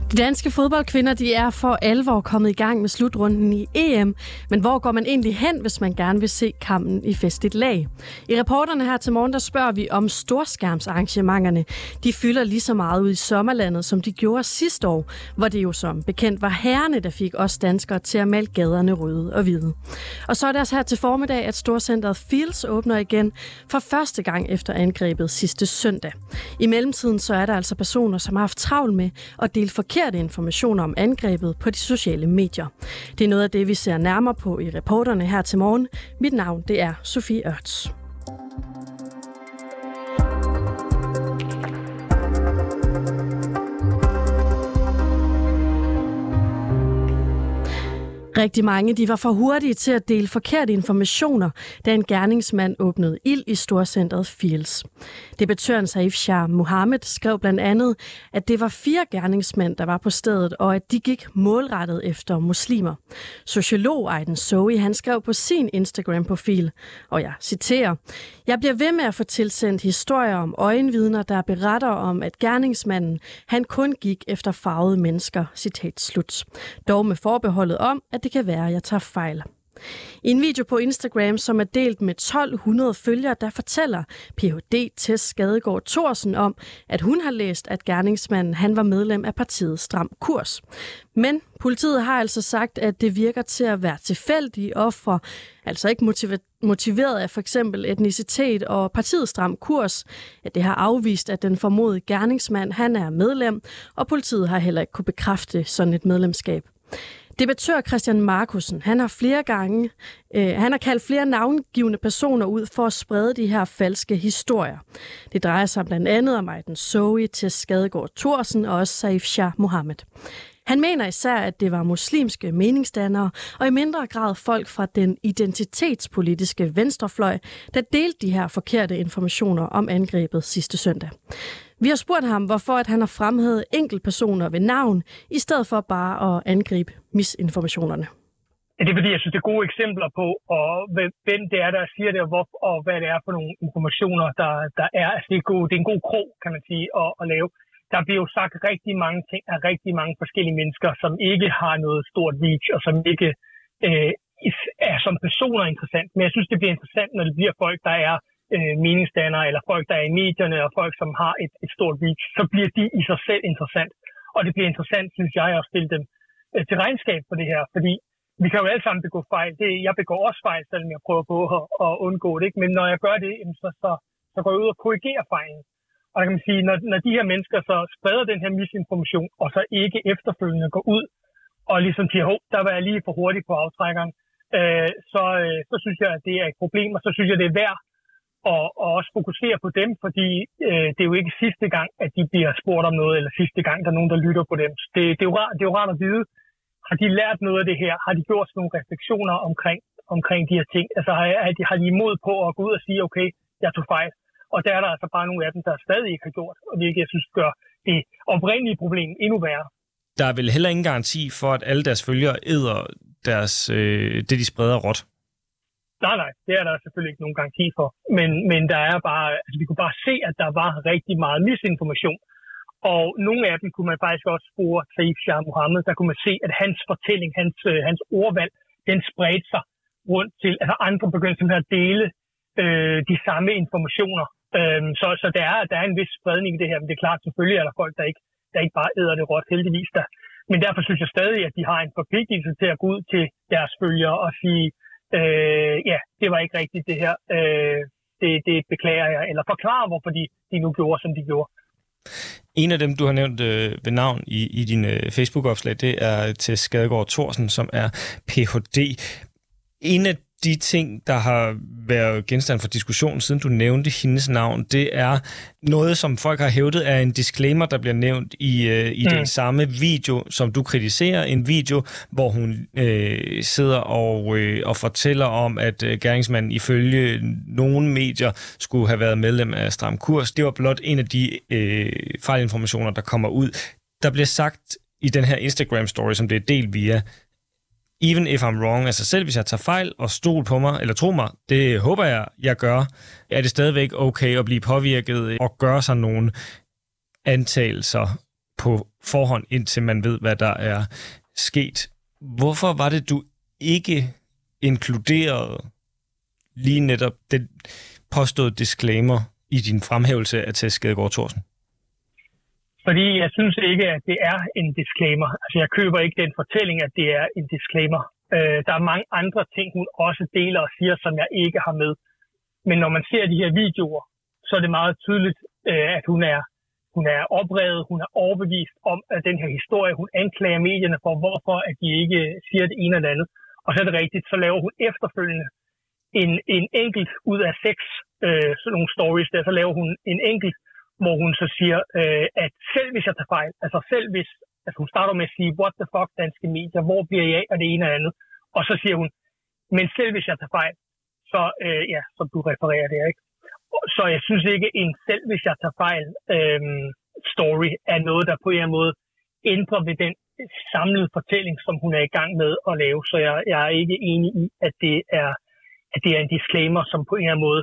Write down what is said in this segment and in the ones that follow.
De danske fodboldkvinder, de er for alvor kommet i gang med slutrunden i EM. Men hvor går man egentlig hen, hvis man gerne vil se kampen i festligt lag? I reporterne her til morgen, der spørger vi om storskærmsarrangementerne. De fylder lige så meget ud i sommerlandet, som de gjorde sidste år, hvor det jo som bekendt var herrerne, der fik os danskere til at male gaderne røde og hvide. Og så er det også her til formiddag, at storcenteret Fields åbner igen for første gang efter angrebet sidste søndag. I mellemtiden så er der altså personer, som har haft travlt med at dele forkerte informationer om angrebet på de sociale medier. Det er noget af det, vi ser nærmere på i reporterne her til morgen. Mit navn, det er Sofie Ørts. Rigtig mange de var for hurtige til at dele forkerte informationer, da en gerningsmand åbnede ild i storcenteret Fields. Debattøren Saif Shah Mohammed skrev blandt andet, at det var 4 gerningsmænd, der var på stedet, og at de gik målrettet efter muslimer. Sociolog Aiden Zoe, han skrev på sin Instagram-profil, og jeg citerer: "Jeg bliver ved med at få tilsendt historier om øjenvidner, der beretter om, at gerningsmanden han kun gik efter farvede mennesker." Citat slut. Dog med forbeholdet om, at det kan være, at jeg tager fejl. I en video på Instagram, som er delt med 1200 følgere, der fortæller Ph.D. Tess Skadegaard Thorsen om, at hun har læst, at gerningsmanden han var medlem af partiet Stram Kurs. Men politiet har altså sagt, at det virker til at være tilfældige ofre, altså ikke motiveret af for eksempel etnicitet, og partiet Stram Kurs, at det har afvist, at den formodede gerningsmand han er medlem, og politiet har heller ikke kunne bekræfte sådan et medlemskab. Debattør Christian Markussen, han har kaldt flere navngivende personer ud for at sprede de her falske historier. Det drejer sig blandt andet om Aiden Zoe, Tess Skadegaard Thorsen og også Saif Shah Mohammed. Han mener især, at det var muslimske meningsdannere og i mindre grad folk fra den identitetspolitiske venstrefløj, der delte de her forkerte informationer om angrebet sidste søndag. Vi har spurgt ham, hvorfor at han har fremhævet enkeltpersoner ved navn, i stedet for bare at angribe misinformationerne. Det er fordi, jeg synes, det er gode eksempler på, hvem det er, der siger det, og hvad det er for nogle informationer, der er. Altså, det er en god krog, kan man sige, at lave. Der bliver jo sagt rigtig mange ting af rigtig mange forskellige mennesker, som ikke har noget stort reach, og som ikke er som personer interessant. Men jeg synes, det bliver interessant, når det bliver folk, der er meningsdannere, eller folk, der er i medierne, og folk, som har et stort reach, så bliver de i sig selv interessant. Og det bliver interessant, synes jeg, at stille dem til regnskab for det her, fordi vi kan jo alle sammen begå fejl. Jeg begår også fejl, selvom jeg prøver på at undgå det, ikke? Men når jeg gør det, så går jeg ud og korrigerer fejlen. Og der kan man sige, når de her mennesker så spreder den her misinformation, og så ikke efterfølgende går ud og ligesom siger, der var jeg lige for hurtig på aftrækkeren, så synes jeg, at det er et problem, og så synes jeg, det er værd og også fokusere på dem, fordi det er jo ikke sidste gang, at de bliver spurgt om noget, eller sidste gang, der er nogen, der lytter på dem. Det er jo rart at vide, har de lært noget af det her? Har de gjort nogle refleksioner omkring de her ting? Altså har de imod på at gå ud og sige, okay, jeg tog fejl. Og der er der altså bare nogle af dem, der stadig ikke har gjort, og det jeg synes gør det oprindelige problem endnu værre. Der er vel heller ingen garanti for, at alle deres følgere æder det, de spreder råt? Nej, det er der selvfølgelig ikke nogen garanti for. Men der er bare, altså vi kunne bare se, at der var rigtig meget misinformation. Og nogle af dem kunne man faktisk også spore Saif Shah Mohammed. Der kunne man se, at hans fortælling, hans ordvalg, den spredte sig rundt til, altså andre begyndte simpelthen at dele de samme informationer. Så der er en vis spredning i det her, men det er klart, selvfølgelig er der folk, der ikke bare æder det råt, heldigvis der. Men derfor synes jeg stadig, at de har en forpligtelse til at gå ud til deres følgere og sige, det var ikke rigtigt det her, det beklager jeg, eller forklare, hvorfor de nu gjorde, som de gjorde. En af dem, du har nævnt ved navn i din Facebook-opslag, det er Tess Skadegaard Thorsen, som er Ph.D. En af de ting, der har været genstand for diskussion, siden du nævnte hendes navn, det er noget, som folk har hævdet, er en disclaimer, der bliver nævnt i den samme video, som du kritiserer. En video, hvor hun sidder og fortæller om, at gerningsmanden ifølge nogle medier skulle have været medlem af Stram Kurs. Det var blot en af de fejlinformationer, der kommer ud. Der bliver sagt i den her Instagram-story, som det er delt via, even if I'm wrong, altså selv hvis jeg tager fejl og stol på mig, eller tro mig, det håber jeg gør, er det stadigvæk okay at blive påvirket og gøre sig nogle antagelser på forhånd, indtil man ved, hvad der er sket. Hvorfor var det, du ikke inkluderede lige netop den påståede disclaimer i din fremhævelse af Tess Skadegaard Thorsen? Fordi jeg synes ikke, at det er en disclaimer. Altså, jeg køber ikke den fortælling, at det er en disclaimer. Der er mange andre ting, hun også deler og siger, som jeg ikke har med. Men når man ser de her videoer, så er det meget tydeligt, at hun er oprevet, hun er overbevist om at den her historie. Hun anklager medierne for, hvorfor at de ikke siger det ene eller andet. Og så er det rigtigt, så laver hun efterfølgende en enkelt ud af 6 sådan nogle stories der, så laver hun en enkelt, hvor hun så siger, at selv hvis jeg tager fejl, altså selv hvis, altså hun starter med at sige, what the fuck danske medier, hvor bliver jeg af det ene og andet, og så siger hun, men selv hvis jeg tager fejl, så som du refererer det, ikke? Så jeg synes ikke, en selv hvis jeg tager fejl story er noget, der på en eller anden måde ændrer ved den samlede fortælling, som hun er i gang med at lave, så jeg er ikke enig i, at det er en disclaimer, som på en eller anden måde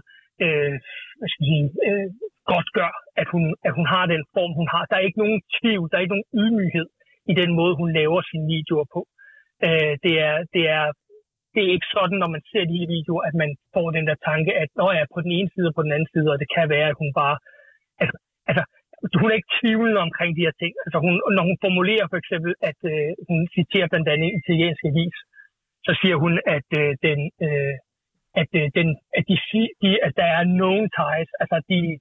godt gør, at hun har den form, hun har. Der er ikke nogen tvivl, der er ikke nogen ydmyghed i den måde, hun laver sine videoer på. Det er ikke sådan, når man ser de videoer, at man får den der tanke, at på den ene side og på den anden side, og det kan være, at hun bare... Altså, hun er ikke tvivlende omkring de her ting. Altså, når hun formulerer for eksempel, at hun citerer blandt andet en italiensk avis, så siger hun, at at der er known ties, altså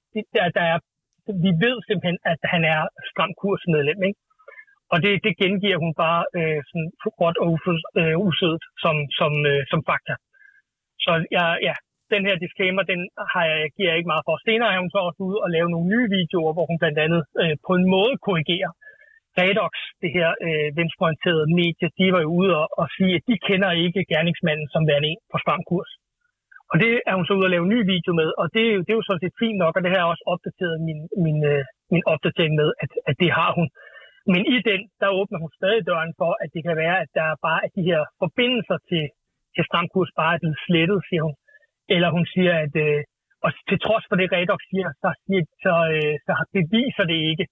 vi ved simpelthen, at han er stram kursmedlem, ikke? Og det gengiver hun bare sådan godt usødet som fakta. Så den her disclaimer, den giver jeg ikke meget for. Senere er hun så også ude og lave nogle nye videoer, hvor hun blandt andet på en måde korrigerer Redox, det her venstreorienterede medie. De var jo ude og sige, at de kender ikke gerningsmanden som værende en på stram kurs. Og det er hun så ude at lave en ny video med, og det er jo sådan set fint nok, og det har jeg også opdateret min opdatering med, at det har hun. Men i den, der åbner hun stadig døren for, at det kan være, at der bare er de her forbindelser til stramkurs bare er blevet slettet, siger hun. Eller hun siger, at og til trods for det Redox siger, så beviser det ikke,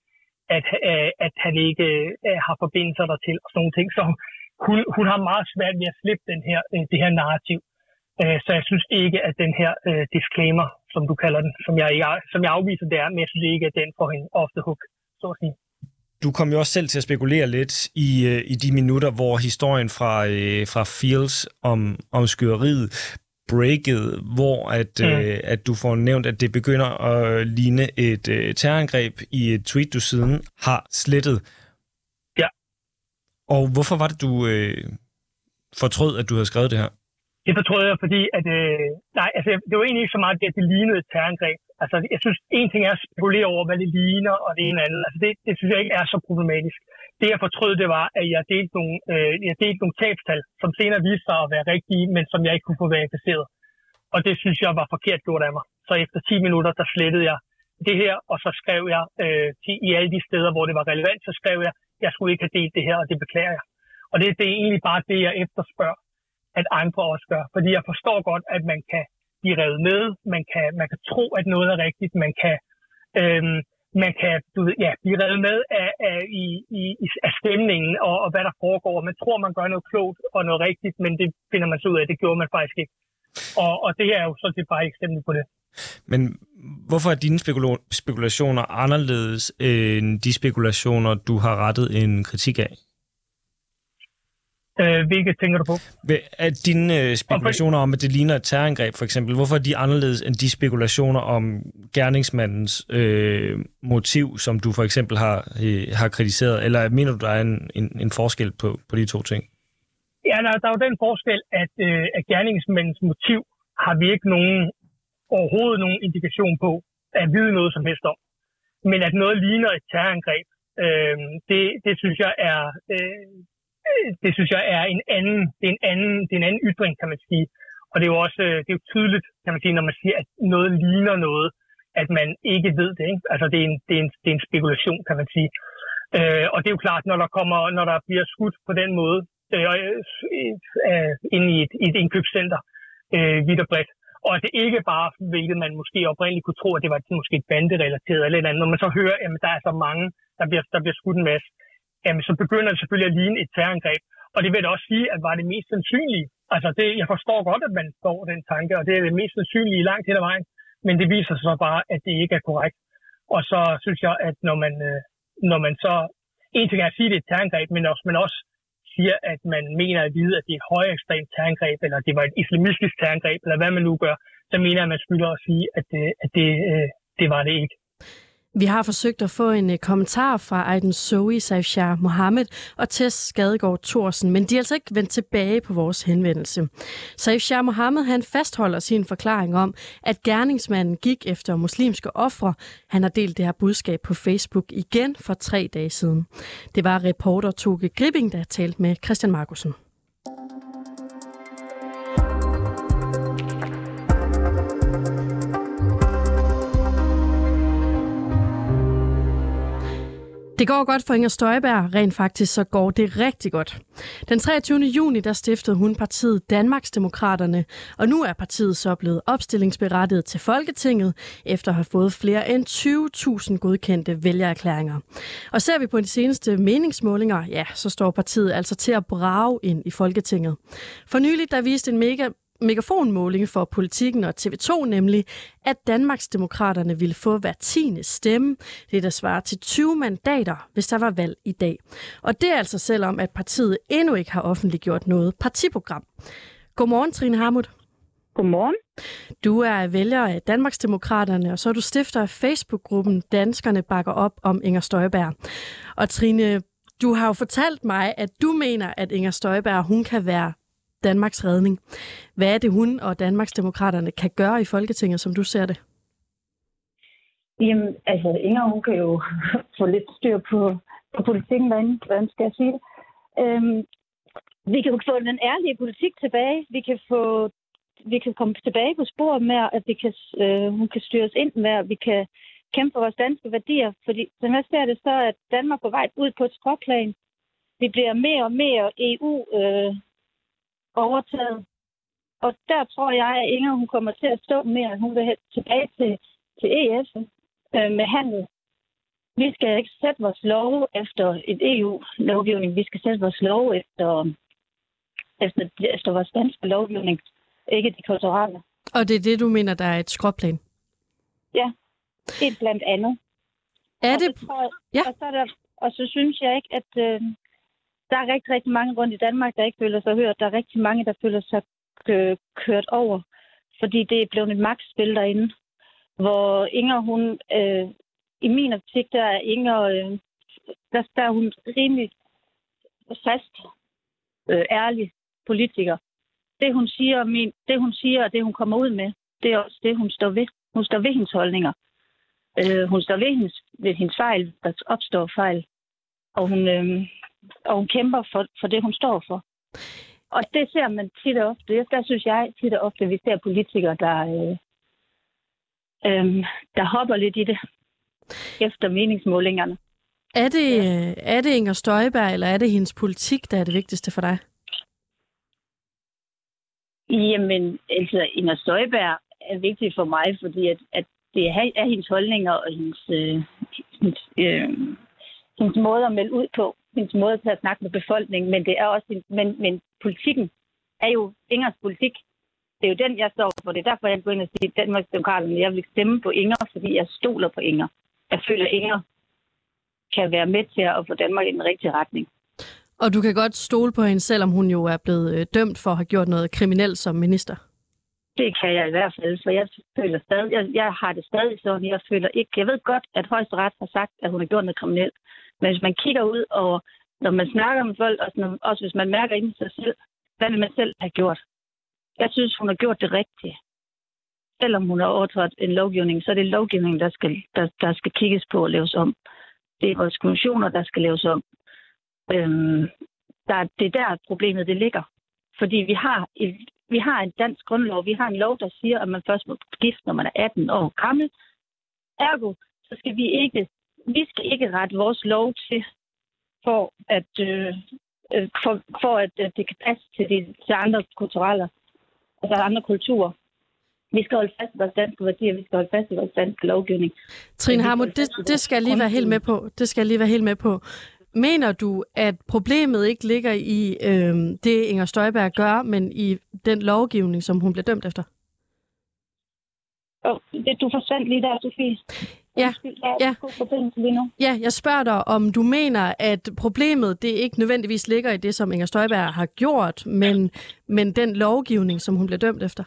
at han ikke har forbindelser dertil og sådan nogle ting. Så hun har meget svært ved at slippe det her narrativ. Så jeg synes ikke, at den her disclaimer, som du kalder den, som jeg afviser det er, men jeg synes ikke, at den får hende off the hook, så at sige. Du kom jo også selv til at spekulere lidt i de minutter, hvor historien fra Fields om skyderiet breakede, hvor at du får nævnt, at det begynder at ligne et terrorangreb i et tweet, du siden har slettet. Ja. Og hvorfor var det, du fortrød, at du havde skrevet det her? Det fortrød jeg, fordi at... det var egentlig ikke så meget, at det lignede et terrorangreb. Altså, jeg synes, en ting er at spekulere over, hvad det ligner, og det ene andet. Altså, det synes jeg ikke er så problematisk. Det, jeg fortrød, det var, at jeg delte nogle tabstal, som senere viste sig at være rigtige, men som jeg ikke kunne få verificeret. Og det synes jeg var forkert gjort af mig. Så efter 10 minutter, der slettede jeg det her, og så skrev jeg i alle de steder, hvor det var relevant, så skrev jeg skulle ikke have delt det her, og det beklager jeg. Og det er egentlig bare det, jeg efterspørger, at andre også gør. Fordi jeg forstår godt, at man kan blive revet med, man kan tro, at noget er rigtigt, man kan blive revet med af stemningen og hvad der foregår. Man tror, man gør noget klogt og noget rigtigt, men det finder man så ud af, det gjorde man faktisk ikke. Og det er jo sådan set bare et eksempel på det. Men hvorfor er dine spekulationer anderledes end de spekulationer, du har rettet en kritik af? Hvilke tænker du på? At dine spekulationer om, at det ligner et terrorangreb, for eksempel, hvorfor er de anderledes end de spekulationer om gerningsmandens motiv, som du for eksempel har kritiseret? Eller mener du, der er en forskel på de to ting? Ja, der er jo den forskel, at gerningsmandens motiv har vi ikke overhovedet nogen indikation på at vide noget som helst om. Men at noget ligner et terrorangreb, det synes jeg er... Det synes jeg er en anden ytring, kan man sige. Og det er jo også det er jo tydeligt, kan man sige, når man siger, at noget ligner noget, at man ikke ved det. Ikke? Altså det er en spekulation, kan man sige. Og det er jo klart, når der bliver skudt på den måde inde i et indkøbscenter vidt og bredt, og at det ikke bare, hvilket man måske oprindeligt kunne tro, at det var måske et banderelateret eller andet. Når man så hører, at der der bliver skudt en masse, jamen, så begynder det selvfølgelig at ligne et terrorangreb. Og det vil da også sige, at var det mest sandsynlige. Altså, jeg forstår godt, at man får den tanke, og det er det mest sandsynlige langt hen ad vejen. Men det viser sig så bare, at det ikke er korrekt. Og så synes jeg, at når man så... En ting er at sige, at det er et terrorangreb, men man også siger, at man mener at vide, at det er et højekstremt terrorangreb, eller det var et islamistisk terrorangreb, eller hvad man nu gør, så mener jeg, at man skylder at sige, at det var det ikke. Vi har forsøgt at få en kommentar fra Aiden Zoe, Saifshar Mohammed og Tess Skadegaard Thorsen, men de er altså ikke vendt tilbage på vores henvendelse. Saifshar Mohammed, han fastholder sin forklaring om, at gerningsmanden gik efter muslimske ofre. Han har delt det her budskab på Facebook igen for 3 dage siden. Det var reporter Toge Gripping, der talte med Christian Markussen. Det går godt for Inger Støjberg. Rent faktisk så går det rigtig godt. Den 23. juni der stiftede hun partiet Danmarksdemokraterne, og nu er partiet så blevet opstillingsberettiget til Folketinget, efter at have fået flere end 20.000 godkendte vælgererklæringer. Og ser vi på de seneste meningsmålinger, ja, så står partiet altså til at brage ind i Folketinget. For nylig der viste en megafonmåling for Politikken og TV2 nemlig, at Danmarksdemokraterne ville få hver 10. stemme. Det der svarer til 20 mandater, hvis der var valg i dag. Og det er altså selvom, at partiet endnu ikke har offentliggjort noget partiprogram. Godmorgen, Trine Harmut. Godmorgen. Du er vælger af Danmarksdemokraterne, og så er du stifter af Facebook-gruppen Danskerne bakker op om Inger Støjberg. Og Trine, du har jo fortalt mig, at du mener, at Inger Støjberg, hun kan være Danmarks redning. Hvad er det, hun og Danmarksdemokraterne kan gøre i Folketinget, som du ser det? Jamen, altså Inger, hun kan jo få lidt styr på politikken derinde. Hvordan skal jeg sige det? Vi kan jo få den ærlige politik tilbage. Vi kan komme tilbage på sporet med, at hun kan styres ind med, at vi kan kæmpe for vores danske værdier. Fordi som jeg ser det, så er Danmark på vej ud på et skråplan. Vi bliver mere og mere EU overtaget. Og der tror jeg, at Inger hun kommer til at stå mere. Hun vil tilbage til EF med handel. Vi skal ikke sætte vores lov efter et EU-lovgivning. Vi skal sætte vores lov efter vores danske lovgivning. Ikke de kulturelle. Og det er det, du mener, der er et skråplan? Ja, det er blandt andet. Er det? Ja. Og så synes jeg ikke, at der er rigtig, rigtig mange rundt i Danmark, der ikke føler sig hørt. Der er rigtig mange, der føler sig kørt over, fordi det er blevet et magtspil derinde, hvor Inger, hun, i min optik, der er Inger, der er hun rimelig fast, ærlig politiker. Det hun siger, og det hun kommer ud med, det er også det, hun står ved. Hun står ved hendes holdninger. Hun står ved hendes fejl, der opstår fejl. Og hun kæmper for det, hun står for. Og det ser man tit og ofte. Der synes jeg tit og ofte, at vi ser politikere, der hopper lidt i det efter meningsmålingerne. Er det Inger Støjberg, eller er det hendes politik, der er det vigtigste for dig? Jamen, altså Inger Støjberg er vigtig for mig, fordi at det er hendes holdninger og hendes måde at melde ud på, hendes måde til at snakke med befolkningen, men det er også men politikken er jo Ingers politik. Det er jo den, jeg står for. Det er derfor, jeg går ind og siger, at Danmarksdemokraterne, jeg vil stemme på Inger, fordi jeg stoler på Inger. Jeg føler, at Inger kan være med til at få Danmark i den rigtige retning. Og du kan godt stole på hende, selvom hun jo er blevet dømt for at have gjort noget kriminelt som minister? Det kan jeg i hvert fald, for jeg føler stadig, jeg har det stadig sådan, jeg ved godt, at Højesteret har sagt, at hun har gjort noget kriminelt. Men hvis man kigger ud, og når man snakker med folk, og også hvis man mærker inden sig selv, hvad vil man selv have gjort? Jeg synes, hun har gjort det rigtige. Selvom hun har overtrådt en lovgivning, så er det lovgivningen, der skal kigges på og laves om. Det er vores kommissioner, der skal laves om. Det er der problemet det ligger. Fordi vi har en dansk grundlov. Vi har en lov, der siger, at man først må gift, når man er 18 år gammel. Ergo, så skal vi skal ikke rette vores lov til, for at det kan passe til andre kultureller, altså andre kulturer. Vi skal holde fast i vores danske værdier, vi skal holde fast i vores danske lovgivning. Trine Harmo, det skal jeg lige være helt med på. Det skal jeg lige være helt med på. Mener du, at problemet ikke ligger i det, Inger Støjberg gør, men i den lovgivning, som hun bliver dømt efter? Du forsvandt lige der, Sofie. Ja, jeg spørger dig, om du mener, at problemet det ikke nødvendigvis ligger i det, som Inger Støjberg har gjort, men den lovgivning, som hun bliver dømt efter?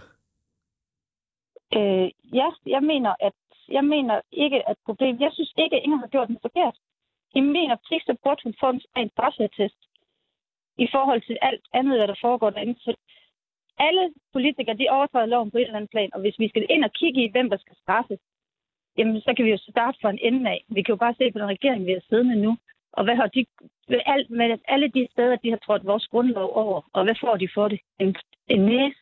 Ja, jeg mener ikke, at problemet... Jeg synes ikke, at Inger har gjort den forkert. I min optik, så burde hun få en straffetest i forhold til alt andet, hvad der foregår derinde. Så alle politikere, de overtræder loven på et eller andet plan, og hvis vi skal ind og kigge i, hvem der skal straffes, jamen så kan vi jo starte fra en ende af. Vi kan jo bare se på den regering, vi har siddende nu, og hvad har de... Med alle de steder, de har trådt vores grundlov over, og hvad får de for det? En næse.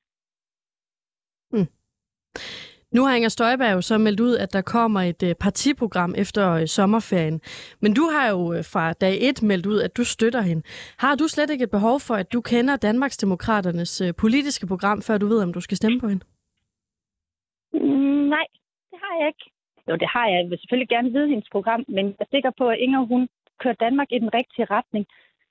Nu har Inger Støjberg jo så meldt ud, at der kommer et partiprogram efter sommerferien. Men du har jo fra dag 1 meldt ud, at du støtter hende. Har du slet ikke et behov for, at du kender Danmarksdemokraternes politiske program, før du ved, om du skal stemme på hende? Nej, det har jeg ikke. Jo, det har jeg. Jeg vil selvfølgelig gerne vide hendes program, men jeg er sikker på, at Inger, hun kører Danmark i den rigtige retning.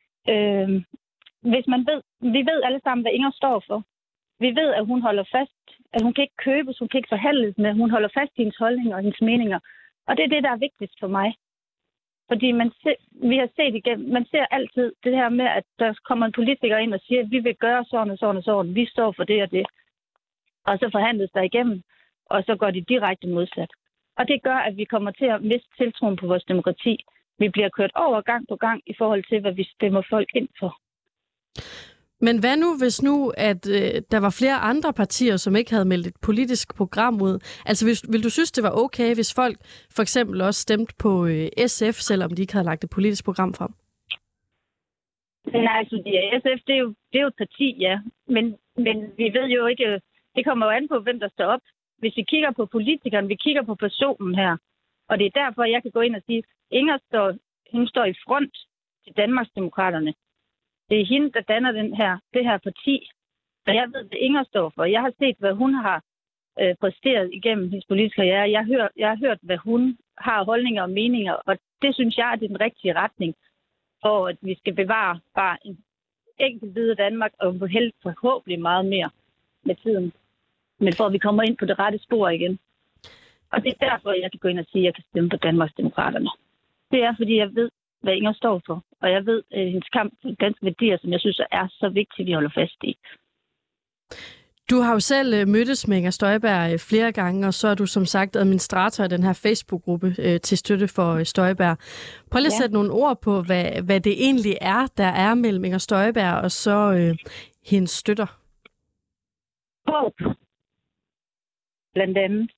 Hvis man ved, vi ved alle sammen, hvad Inger står for. Vi ved, at hun holder fast, at hun kan ikke købes, hun kan ikke forhandles med, hun holder fast i hendes holdninger og hendes meninger. Og det er det, der er vigtigst for mig. Fordi vi har set igennem, man ser altid det her med, at der kommer en politiker ind og siger, at vi vil gøre sådan og sådan og sådan, vi står for det og det. Og så forhandles der igennem, og så går de direkte modsat. Og det gør, at vi kommer til at miste tiltroen på vores demokrati. Vi bliver kørt over gang på gang i forhold til, hvad vi stemmer folk ind for. Men hvad nu, hvis at der var flere andre partier, som ikke havde meldt et politisk program ud? Altså, vil du synes, det var okay, hvis folk for eksempel også stemte på SF, selvom de ikke havde lagt et politisk program frem? Nej, altså, SF, det er jo et parti, ja. Men vi ved jo ikke, det kommer jo an på, hvem der står op. Hvis vi kigger på politikeren, vi kigger på personen her. Og det er derfor, jeg kan gå ind og sige, Inger står i front til Danmarksdemokraterne. Det er hende, der danner det her parti. Og jeg ved, hvad Inger står for. Jeg har set, hvad hun har præsteret igennem hendes politiske karriere. Jeg har hørt, hvad hun har holdninger og meninger. Og det synes jeg, er den rigtige retning for, at vi skal bevare bare en enkelt bid af Danmark og helst forhåbentlig meget mere med tiden. Men for at vi kommer ind på det rette spor igen. Og det er derfor, jeg kan gå ind og sige, at jeg kan stemme på Danmarksdemokraterne. Det er, fordi jeg ved, hvad Inger står for. Og jeg ved, hendes kamp for danske værdier, som jeg synes er så vigtigt, vi holder fast i. Du har jo selv mødtes med Inger Støjberg flere gange, og så er du som sagt administrator af den her Facebook-gruppe til støtte for Støjberg. Prøv lige at sætte nogle ord på, hvad det egentlig er, der er mellem Inger Støjberg og så hendes støtter. Håb. Blandt andet.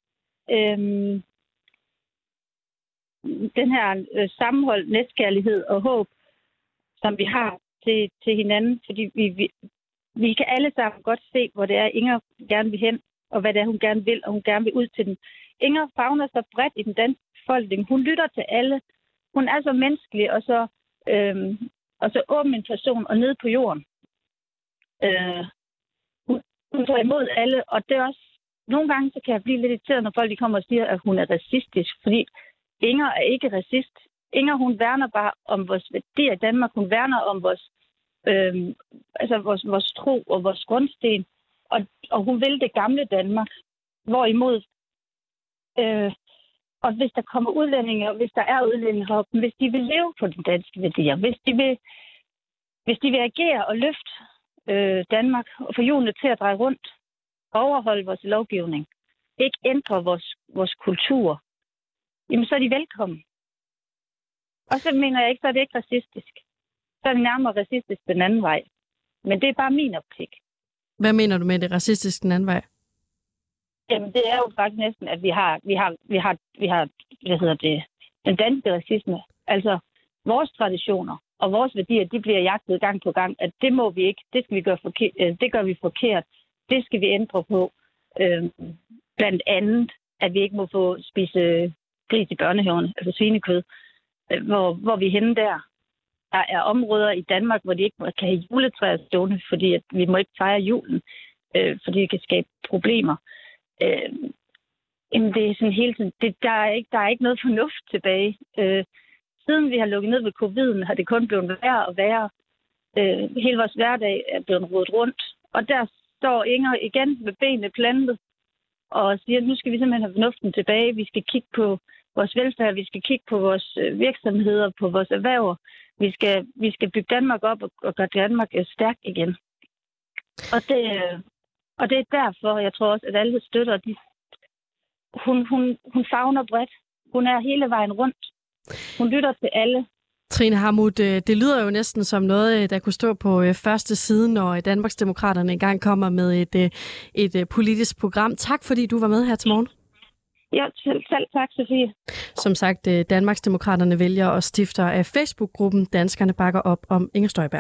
Den her sammenhold, næstkærlighed og håb, som vi har til hinanden, fordi vi kan alle sammen godt se, hvor det er, Inger gerne vil hen, og hvad det er, hun gerne vil, og hun gerne vil ud til den. Inger favner så bredt i den danske befolkning. Hun lytter til alle. Hun er så menneskelig, og så åben en person, og nede på jorden. Hun tager imod alle, og det er også, nogle gange så kan jeg blive lidt irriteret, når folk kommer og siger, at hun er racistisk, fordi Inger er ikke racist. Inger, hun værner bare om vores værdier i Danmark. Hun værner om vores tro og vores grundsten. Og hun vil det gamle Danmark. Hvorimod, og hvis der kommer udlændinge, og hvis der er udlændinge heroppe, hvis de vil leve på de danske værdier, hvis de vil agere og løfte Danmark og få hjulene til at dreje rundt, overholde vores lovgivning, ikke ændre vores kultur, jamen så er de velkommen. Og så mener jeg ikke, så er det ikke racistisk. Så er det nærmere racistisk den anden vej. Men det er bare min optik. Hvad mener du med det racistisk den anden vej? Jamen det er jo faktisk næsten, at vi har hvad hedder det, den danske racisme. Altså vores traditioner og vores værdier, de bliver jagtet gang på gang, at det må vi ikke, det skal vi gøre forkert, det gør vi forkert, det skal vi ændre på. Blandt andet, at vi ikke må få spise gris i børnehaven, altså svinekød. Hvor vi er henne der. Der er områder i Danmark, hvor de ikke kan have juletræer stående, fordi at vi må ikke fejre julen, fordi det kan skabe problemer. Det er sådan hele tiden, der er ikke noget fornuft tilbage. Siden vi har lukket ned ved covid, har det kun blevet værre og værre. Hele vores hverdag er blevet rodet rundt. Og der står Inger igen med benene plantet og siger, at nu skal vi simpelthen have fornuften tilbage. Vi skal kigge på vores velfærd, vi skal kigge på vores virksomheder, på vores erhverv. Vi skal bygge Danmark op og gøre Danmark stærk igen. Og det er derfor, jeg tror også, at alle støtter. Hun favner bredt. Hun er hele vejen rundt. Hun lytter til alle. Trine Harmuth, det lyder jo næsten som noget, der kunne stå på første side, når Danmarksdemokraterne engang kommer med et politisk program. Tak, fordi du var med her til morgen. Ja, selv tak, Sofie. Som sagt, Danmarksdemokraterne vælger og stifter af Facebook-gruppen Danskerne bakker op om Inger Støjberg.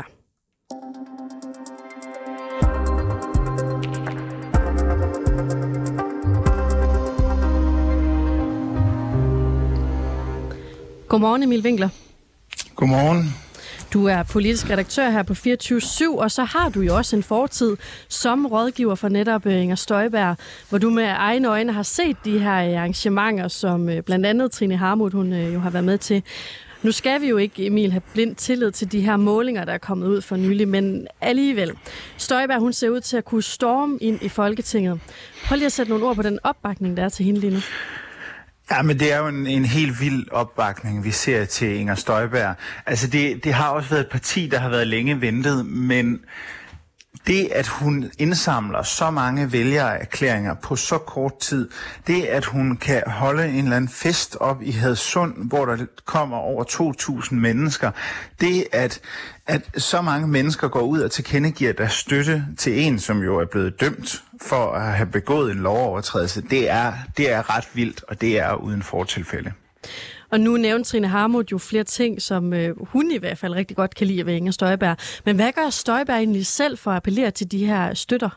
Godmorgen, Emil Winkler. Godmorgen. Du er politisk redaktør her på 24/7, og så har du jo også en fortid som rådgiver for netop Inger Støjberg, hvor du med egne øjne har set de her arrangementer, som blandt andet Trine Harmuth, hun jo har været med til. Nu skal vi jo ikke, Emil, have blind tillid til de her målinger, der er kommet ud for nylig, men alligevel. Støjberg, hun ser ud til at kunne storme ind i Folketinget. Prøv lige at sætte nogle ord på den opbakning, der er til hende lige nu. Ja, men det er jo en helt vild opbakning, vi ser til Inger Støjberg. Altså det har også været et parti, der har været længe ventet, men det, at hun indsamler så mange vælgererklæringer på så kort tid, det, at hun kan holde en eller anden fest op i Hadsund, hvor der kommer over 2.000 mennesker, det, at så mange mennesker går ud og tilkendegiver deres støtte til en, som jo er blevet dømt for at have begået en lovovertrædelse, det er ret vildt, og det er uden fortilfælde. Og nu nævnte Trine Harmuth jo flere ting, som hun i hvert fald rigtig godt kan lide ved Inger Støjberg. Men hvad gør Støjberg egentlig selv for at appellere til de her støtter?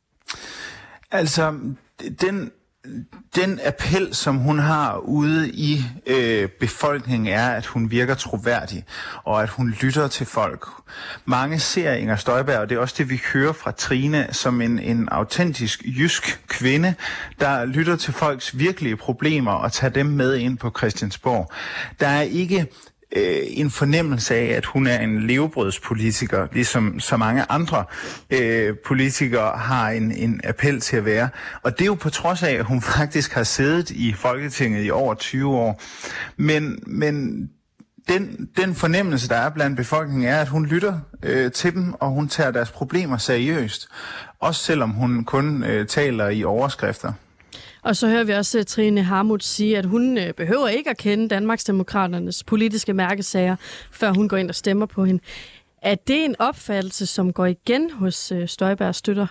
Altså, den appel, som hun har ude i befolkningen, er, at hun virker troværdig, og at hun lytter til folk. Mange ser Inger Støjberg, og det er også det, vi hører fra Trine, som en autentisk jysk kvinde, der lytter til folks virkelige problemer og tager dem med ind på Christiansborg. Der er ikke en fornemmelse af, at hun er en levebrødspolitiker, ligesom så mange andre politikere har en appel til at være. Og det er jo på trods af, at hun faktisk har siddet i Folketinget i over 20 år. Men den fornemmelse, der er blandt befolkningen, er, at hun lytter til dem, og hun tager deres problemer seriøst. Også selvom hun kun taler i overskrifter. Og så hører vi også Trine Harmuth sige, at hun behøver ikke at kende Danmarksdemokraternes politiske mærkesager, før hun går ind og stemmer på hende. Er det en opfattelse, som går igen hos Støjbergs støtter?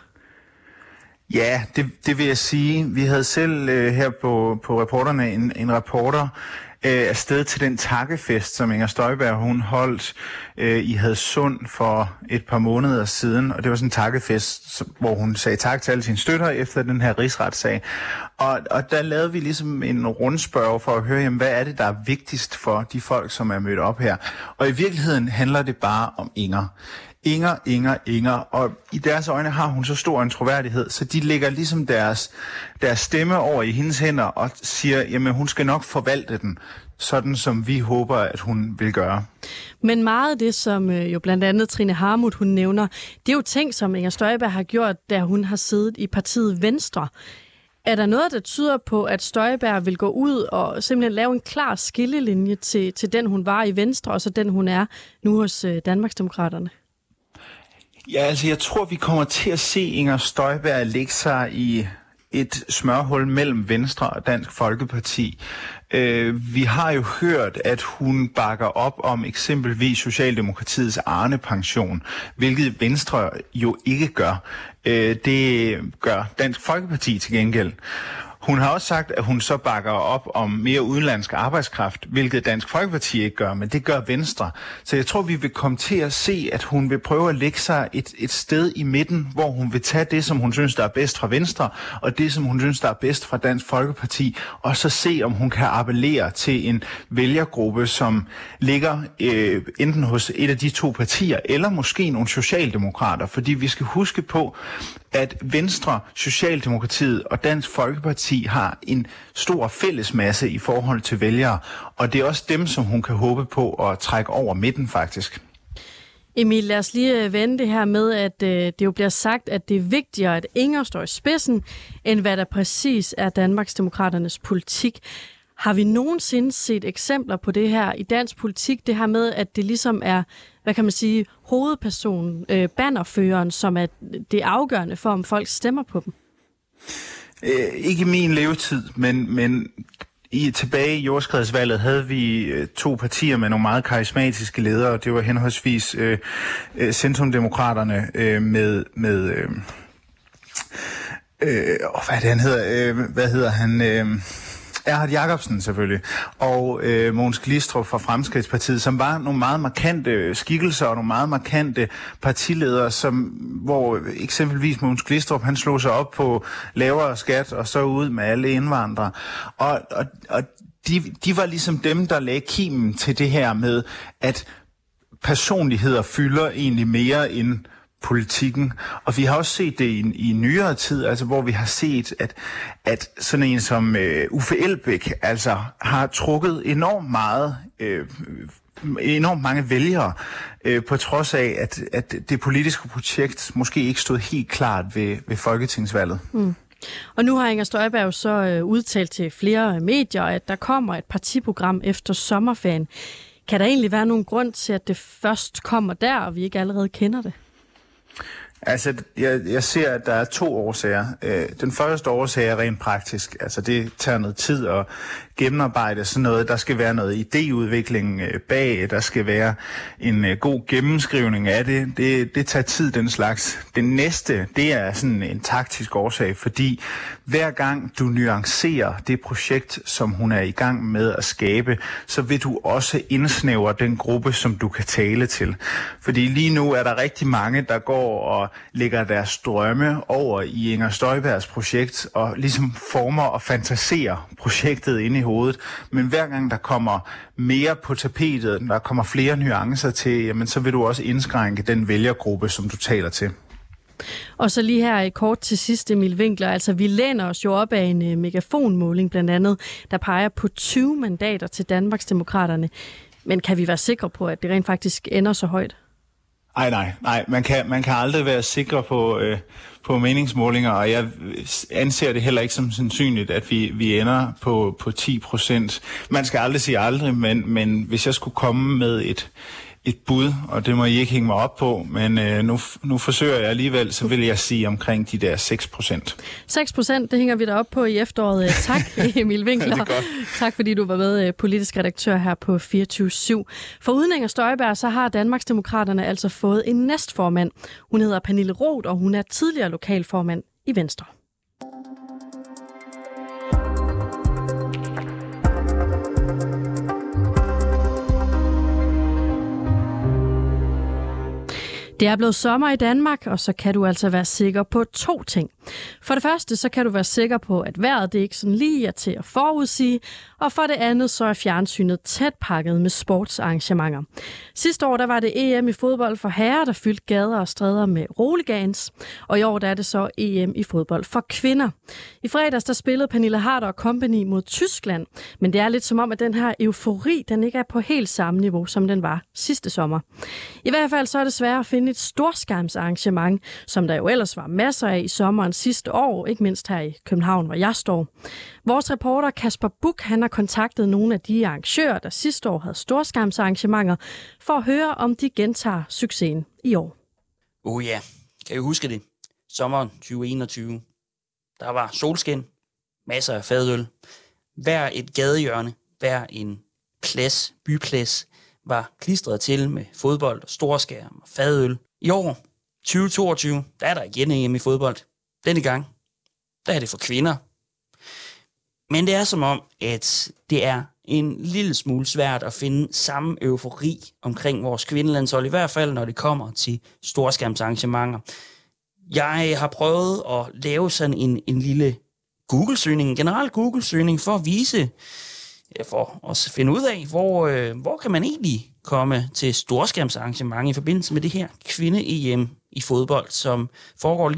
Ja, det vil jeg sige. Vi havde selv her på Reporterne en reporter afsted til den takkefest, som Inger Støjberg hun holdt i Hadsund for et par måneder siden. Og det var sådan en takkefest, hvor hun sagde tak til alle sine støtter efter den her rigsretssag. Og der lavede vi ligesom en rundspørg for at høre, jamen, hvad er det, der er vigtigst for de folk, som er mødt op her. Og i virkeligheden handler det bare om Inger. Inger, og i deres øjne har hun så stor en troværdighed, så de lægger ligesom deres stemme over i hendes hænder og siger, jamen hun skal nok forvalte den, sådan som vi håber, at hun vil gøre. Men meget af det, som jo blandt andet Trine Harmuth, hun nævner, det er jo ting, som Inger Støjberg har gjort, da hun har siddet i partiet Venstre. Er der noget, der tyder på, at Støjberg vil gå ud og simpelthen lave en klar skillelinje til den, hun var i Venstre, og så den, hun er nu hos Danmarksdemokraterne? Ja, altså jeg tror, vi kommer til at se Inger Støjberg lægge sig i et smørhul mellem Venstre og Dansk Folkeparti. Vi har jo hørt, at hun bakker op om eksempelvis Socialdemokratiets Arne-pension, hvilket Venstre jo ikke gør. Det gør Dansk Folkeparti til gengæld. Hun har også sagt, at hun så bakker op om mere udenlandsk arbejdskraft, hvilket Dansk Folkeparti ikke gør, men det gør Venstre. Så jeg tror, vi vil komme til at se, at hun vil prøve at lægge sig et sted i midten, hvor hun vil tage det, som hun synes, der er bedst fra Venstre, og det, som hun synes, der er bedst fra Dansk Folkeparti, og så se, om hun kan appellere til en vælgergruppe, som ligger enten hos et af de to partier, eller måske nogle socialdemokrater, fordi vi skal huske på, at Venstre, Socialdemokratiet og Dansk Folkeparti har en stor fællesmasse i forhold til vælgere, og det er også dem, som hun kan håbe på at trække over midten faktisk. Emil, lad os lige vende det her med, at det jo bliver sagt, at det er vigtigere, at Inger står i spidsen, end hvad der præcis er Danmarksdemokraternes politik. Har vi nogensinde set eksempler på det her i dansk politik? Det her med, at det ligesom er, hvad kan man sige, hovedpersonen, bannerføreren, som er det afgørende for, om folk stemmer på dem? Ikke i min levetid, men tilbage i jordskredsvalget havde vi 2 partier med nogle meget karismatiske ledere. Det var henholdsvis Centrumdemokraterne hvad hedder han? Erhard Jacobsen selvfølgelig, og Mogens Glistrup fra Fremskridtspartiet, som var nogle meget markante skikkelser og nogle meget markante partiledere, hvor eksempelvis Mogens Glistrup, han slog sig op på lavere skat og så ud med alle indvandrere. Og de var ligesom dem, der lagde kimen til det her med, at personligheder fylder egentlig mere end politikken. Og vi har også set det i nyere tid, altså hvor vi har set, at sådan en som Uffe Elbæk altså har trukket enormt mange vælgere, på trods af, at det politiske projekt måske ikke stod helt klart ved folketingsvalget. Mm. Og nu har Inger Støjberg så udtalt til flere medier, at der kommer et partiprogram efter sommerferien. Kan der egentlig være nogen grund til, at det først kommer der, og vi ikke allerede kender det? Altså, jeg ser, at der er 2 årsager. Den første årsag er rent praktisk. Altså, det tager noget tid at gennemarbejde sådan noget. Der skal være noget idéudvikling bag. Der skal være en god gennemskrivning af det. Det tager tid, den slags. Det næste, det er sådan en taktisk årsag, fordi hver gang du nuancerer det projekt, som hun er i gang med at skabe, så vil du også indsnævre den gruppe, som du kan tale til. Fordi lige nu er der rigtig mange, der går og lægger deres drømme over i Inger Støjbergs projekt og ligesom former og fantaserer projektet inde i hovedet. Men hver gang der kommer mere på tapetet, der kommer flere nuancer til, jamen så vil du også indskrænke den vælgergruppe, som du taler til. Og så lige her kort til sidst, Emil Winkler. Altså, vi læner os jo op af en megafonmåling blandt andet, der peger på 20 mandater til Danmarksdemokraterne. Men kan vi være sikre på, at det rent faktisk ender så højt? Nej. Man kan aldrig være sikker på meningsmålinger, og jeg anser det heller ikke som sandsynligt, at vi ender på 10%. Man skal aldrig sige aldrig, men hvis jeg skulle komme med et bud, og det må I ikke hænge mig op på, men nu forsøger jeg alligevel, så vil jeg sige omkring de der 6%. 6%, det hænger vi da op på i efteråret. Tak, Emil Winkler. Tak, fordi du var med, politisk redaktør her på 24/7. For uden Inger Støjberg, så har Danmarksdemokraterne altså fået en næstformand. Hun hedder Pernille Roth, og hun er tidligere lokalformand i Venstre. Det er blevet sommer i Danmark, og så kan du altså være sikker på 2 ting. For det første, så kan du være sikker på, at vejret det ikke sådan lige er til at forudsige, og for det andet, så er fjernsynet tæt pakket med sportsarrangementer. Sidste år, der var det EM i fodbold for herrer, der fyldte gader og stræder med roligans, og i år, der er det så EM i fodbold for kvinder. I fredags, der spillede Pernille Harder og Company mod Tyskland, men det er lidt som om, at den her eufori, den ikke er på helt samme niveau, som den var sidste sommer. I hvert fald, så er det svært at finde et storskærmsarrangement, som der jo ellers var masser af i sommeren sidste år, ikke mindst her i København, hvor jeg står. Vores reporter Kasper Buch, han har kontaktet nogle af de arrangører, der sidste år havde storskærmsarrangementer, for at høre, om de gentager succesen i år. Ja, kan I huske det? Sommeren 2021. Der var solskin, masser af fadøl. Hver et gadehjørne, hver en byplads, var klistret til med fodbold og storskærm og fadøl. I år, 2022, der er der igen EM i fodbold. Denne gang, der er det for kvinder. Men det er som om, at det er en lille smule svært at finde samme eufori omkring vores kvindelandshold, i hvert fald når det kommer til storskærmsarrangementer. Jeg har prøvet at lave sådan en lille Google-søgning, en generel Google-søgning for at vise, for at finde ud af, hvor kan man egentlig komme til storskærmsarrangement i forbindelse med det her kvinde-EM i fodbold, som foregår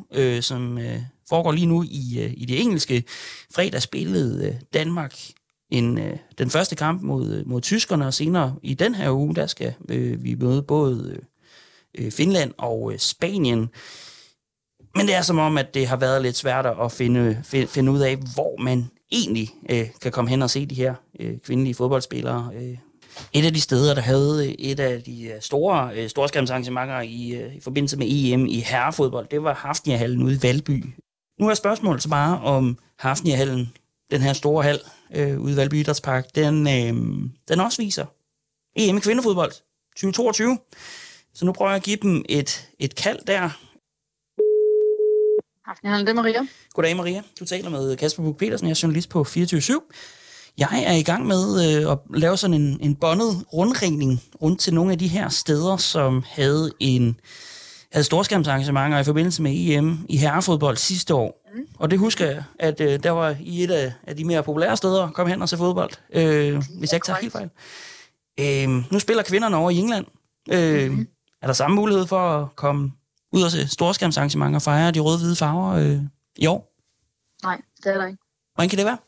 lige nu, i det engelske. Fredag spillede Danmark den første kamp mod tyskerne, og senere i den her uge, der skal vi møde både Finland og Spanien. Men det er som om, at det har været lidt svært at finde ud af, hvor man egentlig kan komme hen og se de her kvindelige fodboldspillere. Et af de steder, der havde et af de store storskærmsarrangementer i forbindelse med EM i herrefodbold, det var Hafnia-hallen ude i Valby. Nu er spørgsmålet så bare om Hafnia-hallen, den her store hal ude i Valby Idrætspark, den også viser EM i kvindefodbold 2022. Så nu prøver jeg at give dem et kald der. Hafnia-hallen, det er Maria. Goddag Maria, du taler med Kasper Buch Petersen, jeg er journalist på 24/7. Jeg er i gang med at lave sådan en båndet rundringning rundt til nogle af de her steder, som havde storskærmsarrangementer i forbindelse med EM i herrefodbold sidste år. Og det husker jeg, at der var i et af de mere populære steder at komme hen og se fodbold, hvis jeg ikke tager helt fejl. Nu spiller kvinderne over i England. Er der samme mulighed for at komme ud og se storskærmsarrangementer og fejre de røde-hvide farver i år? Nej, det er der ikke. Hvordan kan det være?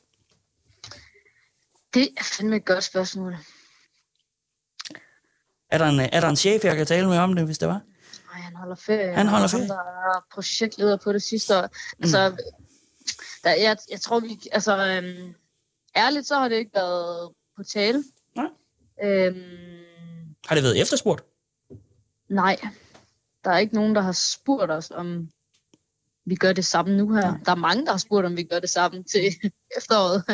Det er fandme et godt spørgsmål. Er der en chef, jeg kan tale med om det, hvis det var? Nej, han holder ferie. Han holder ferie? Han der er projektleder på det sidste år. Altså, jeg tror, ærligt så har det ikke været på tale. Nej. Har det været efterspurgt? Nej. Der er ikke nogen, der har spurgt os, om vi gør det samme nu her. Der er mange, der har spurgt, om vi gør det samme til efteråret.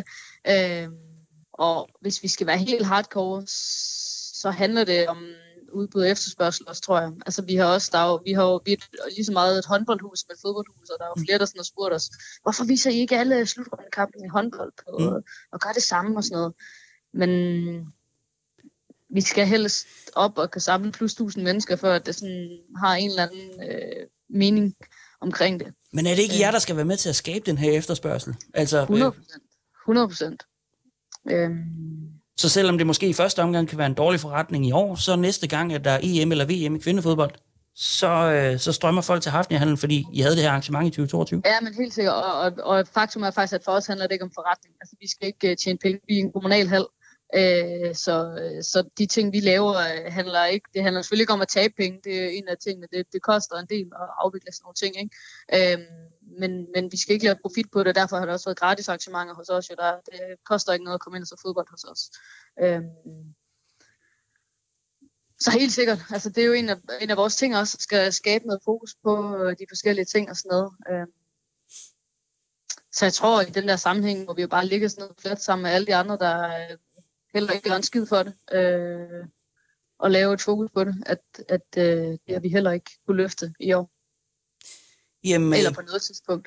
Og hvis vi skal være helt hardcore, så handler det om udbud og efterspørgsel også, tror jeg. Altså vi har lige så meget et håndboldhus med et fodboldhus, og der er jo flere, der sådan har spurgt os, hvorfor viser I ikke alle slutrundekampen i håndbold på, og gør det samme og sådan noget. Men vi skal helst op og kan samle plus 1000 mennesker, før det sådan har en eller anden mening omkring det. Men er det ikke jer, der skal være med til at skabe den her efterspørgsel? Altså, 100%. Så selvom det måske i første omgang kan være en dårlig forretning i år, så næste gang, at der er EM eller VM i kvindefodbold, så strømmer folk til Hafnia-hallen, fordi I havde det her arrangement i 2022? Ja, men helt sikkert. Og faktum er faktisk, at for os handler det ikke om forretning. Altså, vi skal ikke tjene penge. Vi er en kommunal hal. Så de ting, vi laver, det handler selvfølgelig ikke om at tabe penge. Det er en af tingene. Det koster en del at afvikle sådan nogle ting, ikke? Men vi skal ikke lave profit på det, derfor har det også været gratis arrangementer hos os. Jo. Det koster ikke noget at komme ind og se fodbold hos os. Så helt sikkert, altså det er jo en af vores ting også, skal skabe noget fokus på de forskellige ting og sådan noget. Så jeg tror, i den der sammenhæng, hvor vi jo bare ligger sådan noget flat sammen med alle de andre, der heller ikke gør en skid for det, og lave et fokus på det, at det har vi heller ikke kunne løfte i år. Jamen, eller på noget tidspunkt.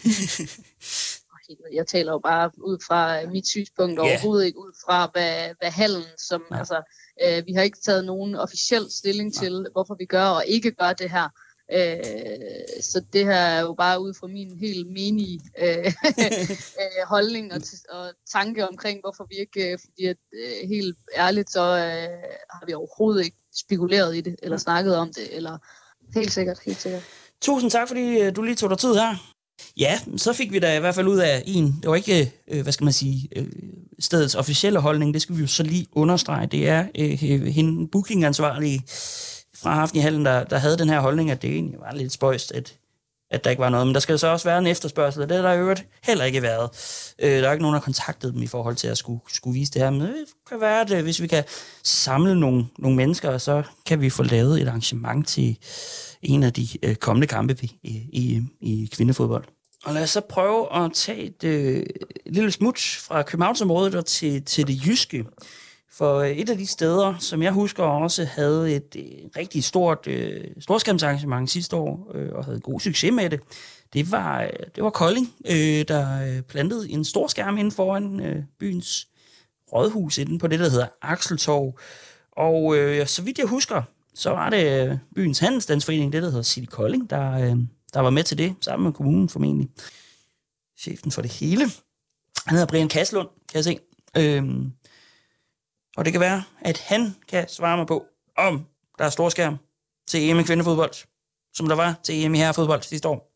Jeg taler jo bare ud fra mit synspunkt, overhovedet ikke ud fra, hvad hallen, som, altså, vi har ikke taget nogen officiel stilling til, hvorfor vi gør og ikke gør det her. Så det her er jo bare ud fra min helt menige holdning og tanke omkring, hvorfor vi ikke, fordi at, helt ærligt, så har vi overhovedet ikke spekuleret i det, eller snakket om det, eller helt sikkert. Tusind tak, fordi du lige tog dig tid her. Ja, så fik vi da i hvert fald ud af det var ikke, stedets officielle holdning, det skal vi jo så lige understrege. Det er hende bookingansvarlige fra Hafnia-hallen, der havde den her holdning, at det egentlig var lidt spøjst, at der ikke var noget. Men der skal så også være en efterspørgsel, og det har der i øvrigt heller ikke været. Der er ikke nogen, der har kontaktet dem i forhold til at skulle vise det her. Men det kan være, at hvis vi kan samle nogle mennesker, så kan vi få lavet et arrangement til en af de kommende kampe i kvindefodbold. Og lad os så prøve at tage et lille smut fra Københavnsområdet og til det jyske. For et af de steder, som jeg husker også havde et rigtig stort storskærmsarrangement sidste år, og havde god succes med det, det var Kolding, der plantede en stor skærm inden foran byens rådhus, inden på det, der hedder Akseltorv. Og så vidt jeg husker, så var det byens handelsstandsforening, det der hedder City Kolding, der var med til det, sammen med kommunen formentlig. Chefen for det hele. Han hedder Brian Kaslund, kan jeg se. Og det kan være, at han kan svare mig på, om der er storskærm til EM i kvindefodbold som der var til EM i herrefodbold sidste år.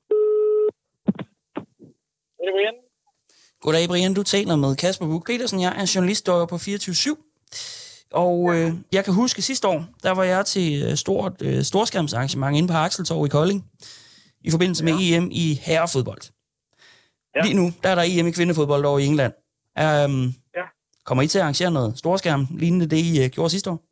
Goddag, Brian. Du taler med Kasper Buch Petersen. Jeg er journalist på 24/7. Og jeg kan huske sidste år, der var jeg til storskærmsarrangement inde på Axeltorv i Kolding i forbindelse med EM i herrefodbold. Ja. Lige nu, der er der EM i kvindefodbold over i England. Kommer I til at arrangere noget storskærm, lignende det, I gjorde sidste år?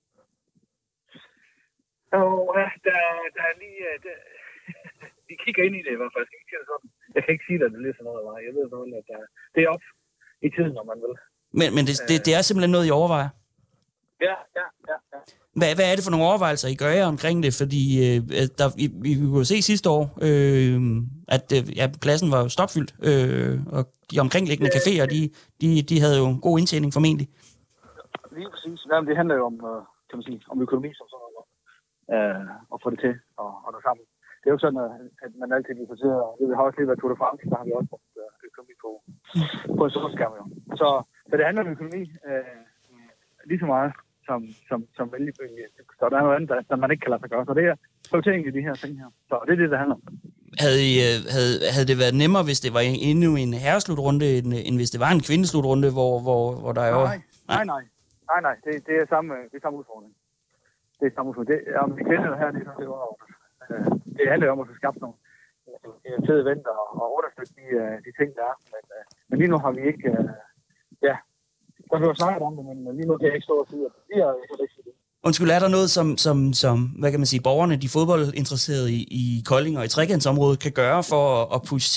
Der er lige... vi kigger ind i det i hvert fald. Jeg kan ikke sige, at det er sådan noget af mig. Jeg ved noget, at det er op i tiden, når man vil. Men det er simpelthen noget, I overvejer? Ja. Hvad er det for nogle overvejelser, I gør jer omkring det? Fordi vi kunne se sidste år, at pladsen var jo stopfyldt, og de omkringliggende caféer, de havde jo god indtjening formentlig. Lige præcis. Jamen, det handler jo om økonomi som sådan noget, og få det til og nå sammen. Det er jo sådan, at man altid bliver fortæller, og det har også lige været Tour de France, der har vi også brugt økonomi på en sådan skærm. Så det handler om økonomi lige så meget som vældig. Så der er noget andet, der man ikke kan lade sig gøre. Så det er prioritering i de her ting her. Så det er det handler om. Havde det været nemmere, hvis det var endnu en herreslutrunde, end hvis det var en kvindeslutrunde, hvor der er jo... Nej. Det er samme udfordring. Det er samme udfordring. Om vi kender det her, det er sådan lidt underordnet. Det handler om at få skabt nogle fede eventer og understøtte de ting, der er. Men lige nu har vi ikke... Der bliver snakket om det, men lige nu kan jeg ikke stå og sige, at det er ikke. Undskyld, er der noget, som hvad kan man sige, borgerne, de fodboldinteresserede i Kolding og i trekantsområdet kan gøre for at pushe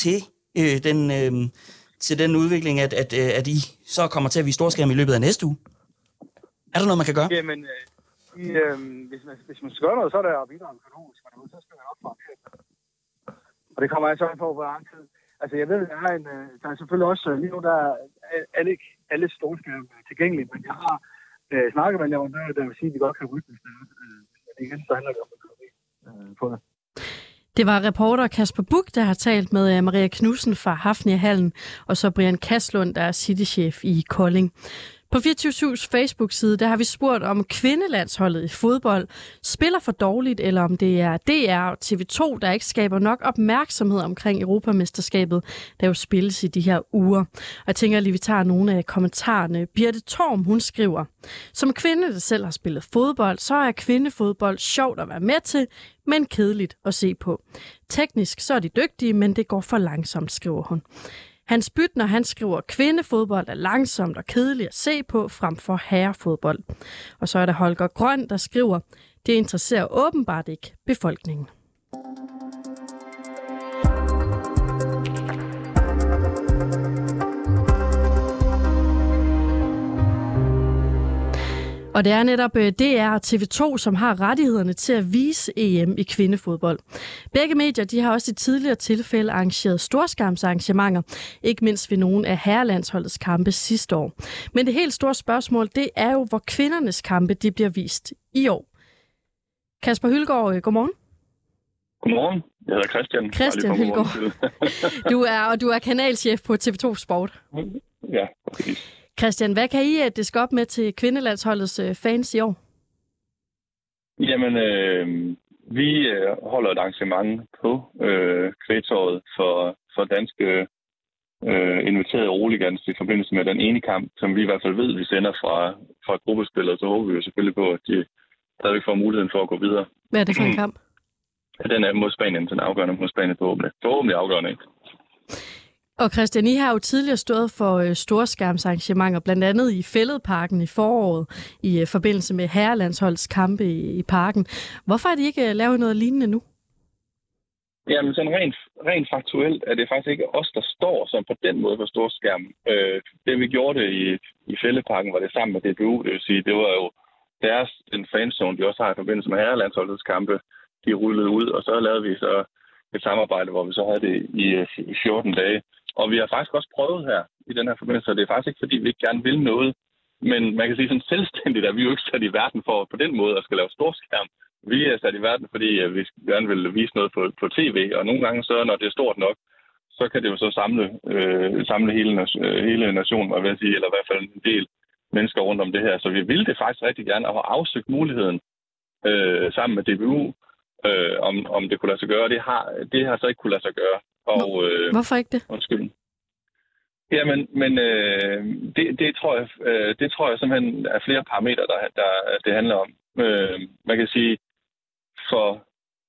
til den udvikling, at I så kommer til at vise storskærm i løbet af næste uge? Er der noget, man kan gøre? Jamen, hvis man skal gøre noget, så er der videre økonomisk, men så skal man op for det. Og det kommer altså på, hvor lang tid. Altså, jeg ved, der er selvfølgelig også, lige nu, der er ikke alle storskærme tilgængelige, men jeg har snakket med leverandører, der vil sige, at vi godt kan rykke det. Men igen, så handler det om økonomi på det. Det var reporter Kasper Buch, der har talt med Maria Knudsen fra Hafnia-hallen, og så Brian Kaslund, der er citychef i Kolding. På 24/7's Facebook-side, der har vi spurgt, om kvindelandsholdet i fodbold spiller for dårligt, eller om det er DR og TV2, der ikke skaber nok opmærksomhed omkring Europamesterskabet, der jo spilles i de her uger. Og jeg tænker lige, vi tager nogle af kommentarerne. Birte Torm, hun skriver: som kvinde, der selv har spillet fodbold, så er kvindefodbold sjovt at være med til, men kedeligt at se på. Teknisk så er de dygtige, men det går for langsomt, skriver hun. Hans Bytner, han skriver, kvindefodbold er langsomt og kedeligt at se på frem for herrefodbold. Og så er der Holger Grøn, der skriver, det interesserer åbenbart ikke befolkningen. Og det er netop DR og TV2, som har rettighederne til at vise EM i kvindefodbold. Begge medier de har også i tidligere tilfælde arrangeret storskærmsarrangementer, ikke mindst ved nogle af herrelandsholdets kampe sidste år. Men det helt store spørgsmål, det er jo, hvor kvindernes kampe de bliver vist i år. Kasper Hylgaard, godmorgen. Godmorgen. Jeg hedder Christian. Christian Hylgaard. Du er kanalchef på TV2 Sport. Ja, præcis. Christian, hvad kan I diske op med til kvindelandsholdets fans i år? Jamen, vi holder et arrangement på Kvægtorvet for danske inviterede roligans i forbindelse med den ene kamp, som vi i hvert fald ved, vi sender fra gruppespillet, så håber vi jo selvfølgelig på, at de stadigvæk får muligheden for at gå videre. Hvad er det for en kamp? Den er mod Spanien, den afgørende mod Spanien forhåbentlig afgørende, ikke? Og Christian, I har jo tidligere stået for storskærmsarrangementer, blandt andet i Fælledparken i foråret, i forbindelse med herrelandsholdets kampe i parken. Hvorfor har de ikke lavet noget lignende nu? Jamen, sådan rent faktuelt er det faktisk ikke os, der står som på den måde på storskærmen. Det vi gjorde det i Fælledparken, var det sammen med DBU, det vil sige, det var jo den fanzone, de også har i forbindelse med herrelandsholdets kampe, de rullede ud, og så lavede vi så et samarbejde, hvor vi så havde det i 14 dage. Og vi har faktisk også prøvet her i den her forbindelse, så det er faktisk ikke, fordi vi ikke gerne vil noget. Men man kan sige sådan selvstændigt, at vi jo ikke sat i verden for på den måde at skal lave storskærm. Vi er sat i verden, fordi vi gerne vil vise noget på tv, og nogle gange så, når det er stort nok, så kan det jo så samle hele nationen, hvad vil jeg sige, eller i hvert fald en del mennesker rundt om det her. Så vi ville det faktisk rigtig gerne, og have afsøgt muligheden sammen med DBU, om det kunne lade sig gøre. Det har så ikke kunne lade sig gøre. Og, hvorfor ikke det? Undskyld. Jamen, men det tror jeg simpelthen er flere parametre, der det handler om. Man kan sige, for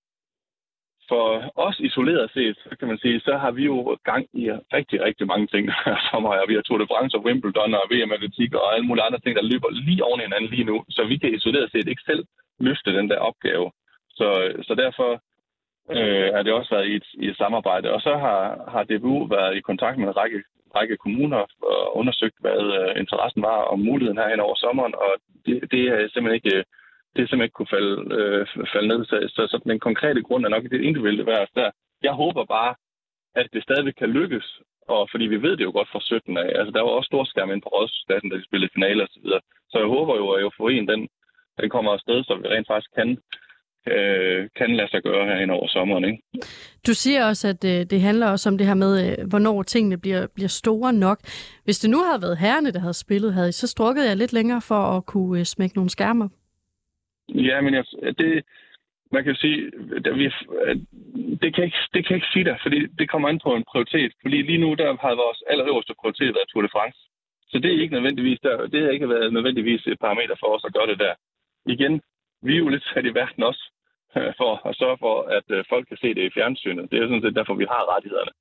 os isoleret set, så kan man sige, så har vi jo gang i rigtig, rigtig mange ting der sommer. Vi har Tour de France og Wimbledon og VM-atletik og alle mulige andre ting, der løber lige oven i hinanden lige nu. Så vi kan isoleret set ikke selv løfte den der opgave. Så derfor har det også været i et samarbejde. Og så har DBU været i kontakt med en række kommuner og undersøgt, hvad interessen var om muligheden her hen over sommeren. Og det er simpelthen ikke kunne falde ned. Så den konkrete grund er nok det individuelle værd der. Jeg håber bare, at det stadigvæk kan lykkes, og fordi vi ved det jo godt fra 17 af. Altså, der var også storskærm ind på Rådhuspladsen, da de spillede finaler og så videre. Så jeg håber jo, at euforien den kommer afsted, så vi rent faktisk kan lade sig gøre herhen over sommeren. Ikke? Du siger også, at det handler også om det her med, hvornår tingene bliver store nok. Hvis det nu havde været herrerne, der havde spillet, havde I så strukket jer lidt længere for at kunne smække nogle skærmer? Ja, men man kan sige, det kan jeg ikke sige der, fordi det kommer an på en prioritet. Fordi lige nu, der har vores allerøverste prioritet været Tour de France. Så det er ikke nødvendigvis der. Det har ikke været nødvendigvis et parameter for os at gøre det der. Igen, vi er jo lidt sat i verden også for at sørge for, at folk kan se det i fjernsynet. Det er sådan set derfor, vi har rettighederne.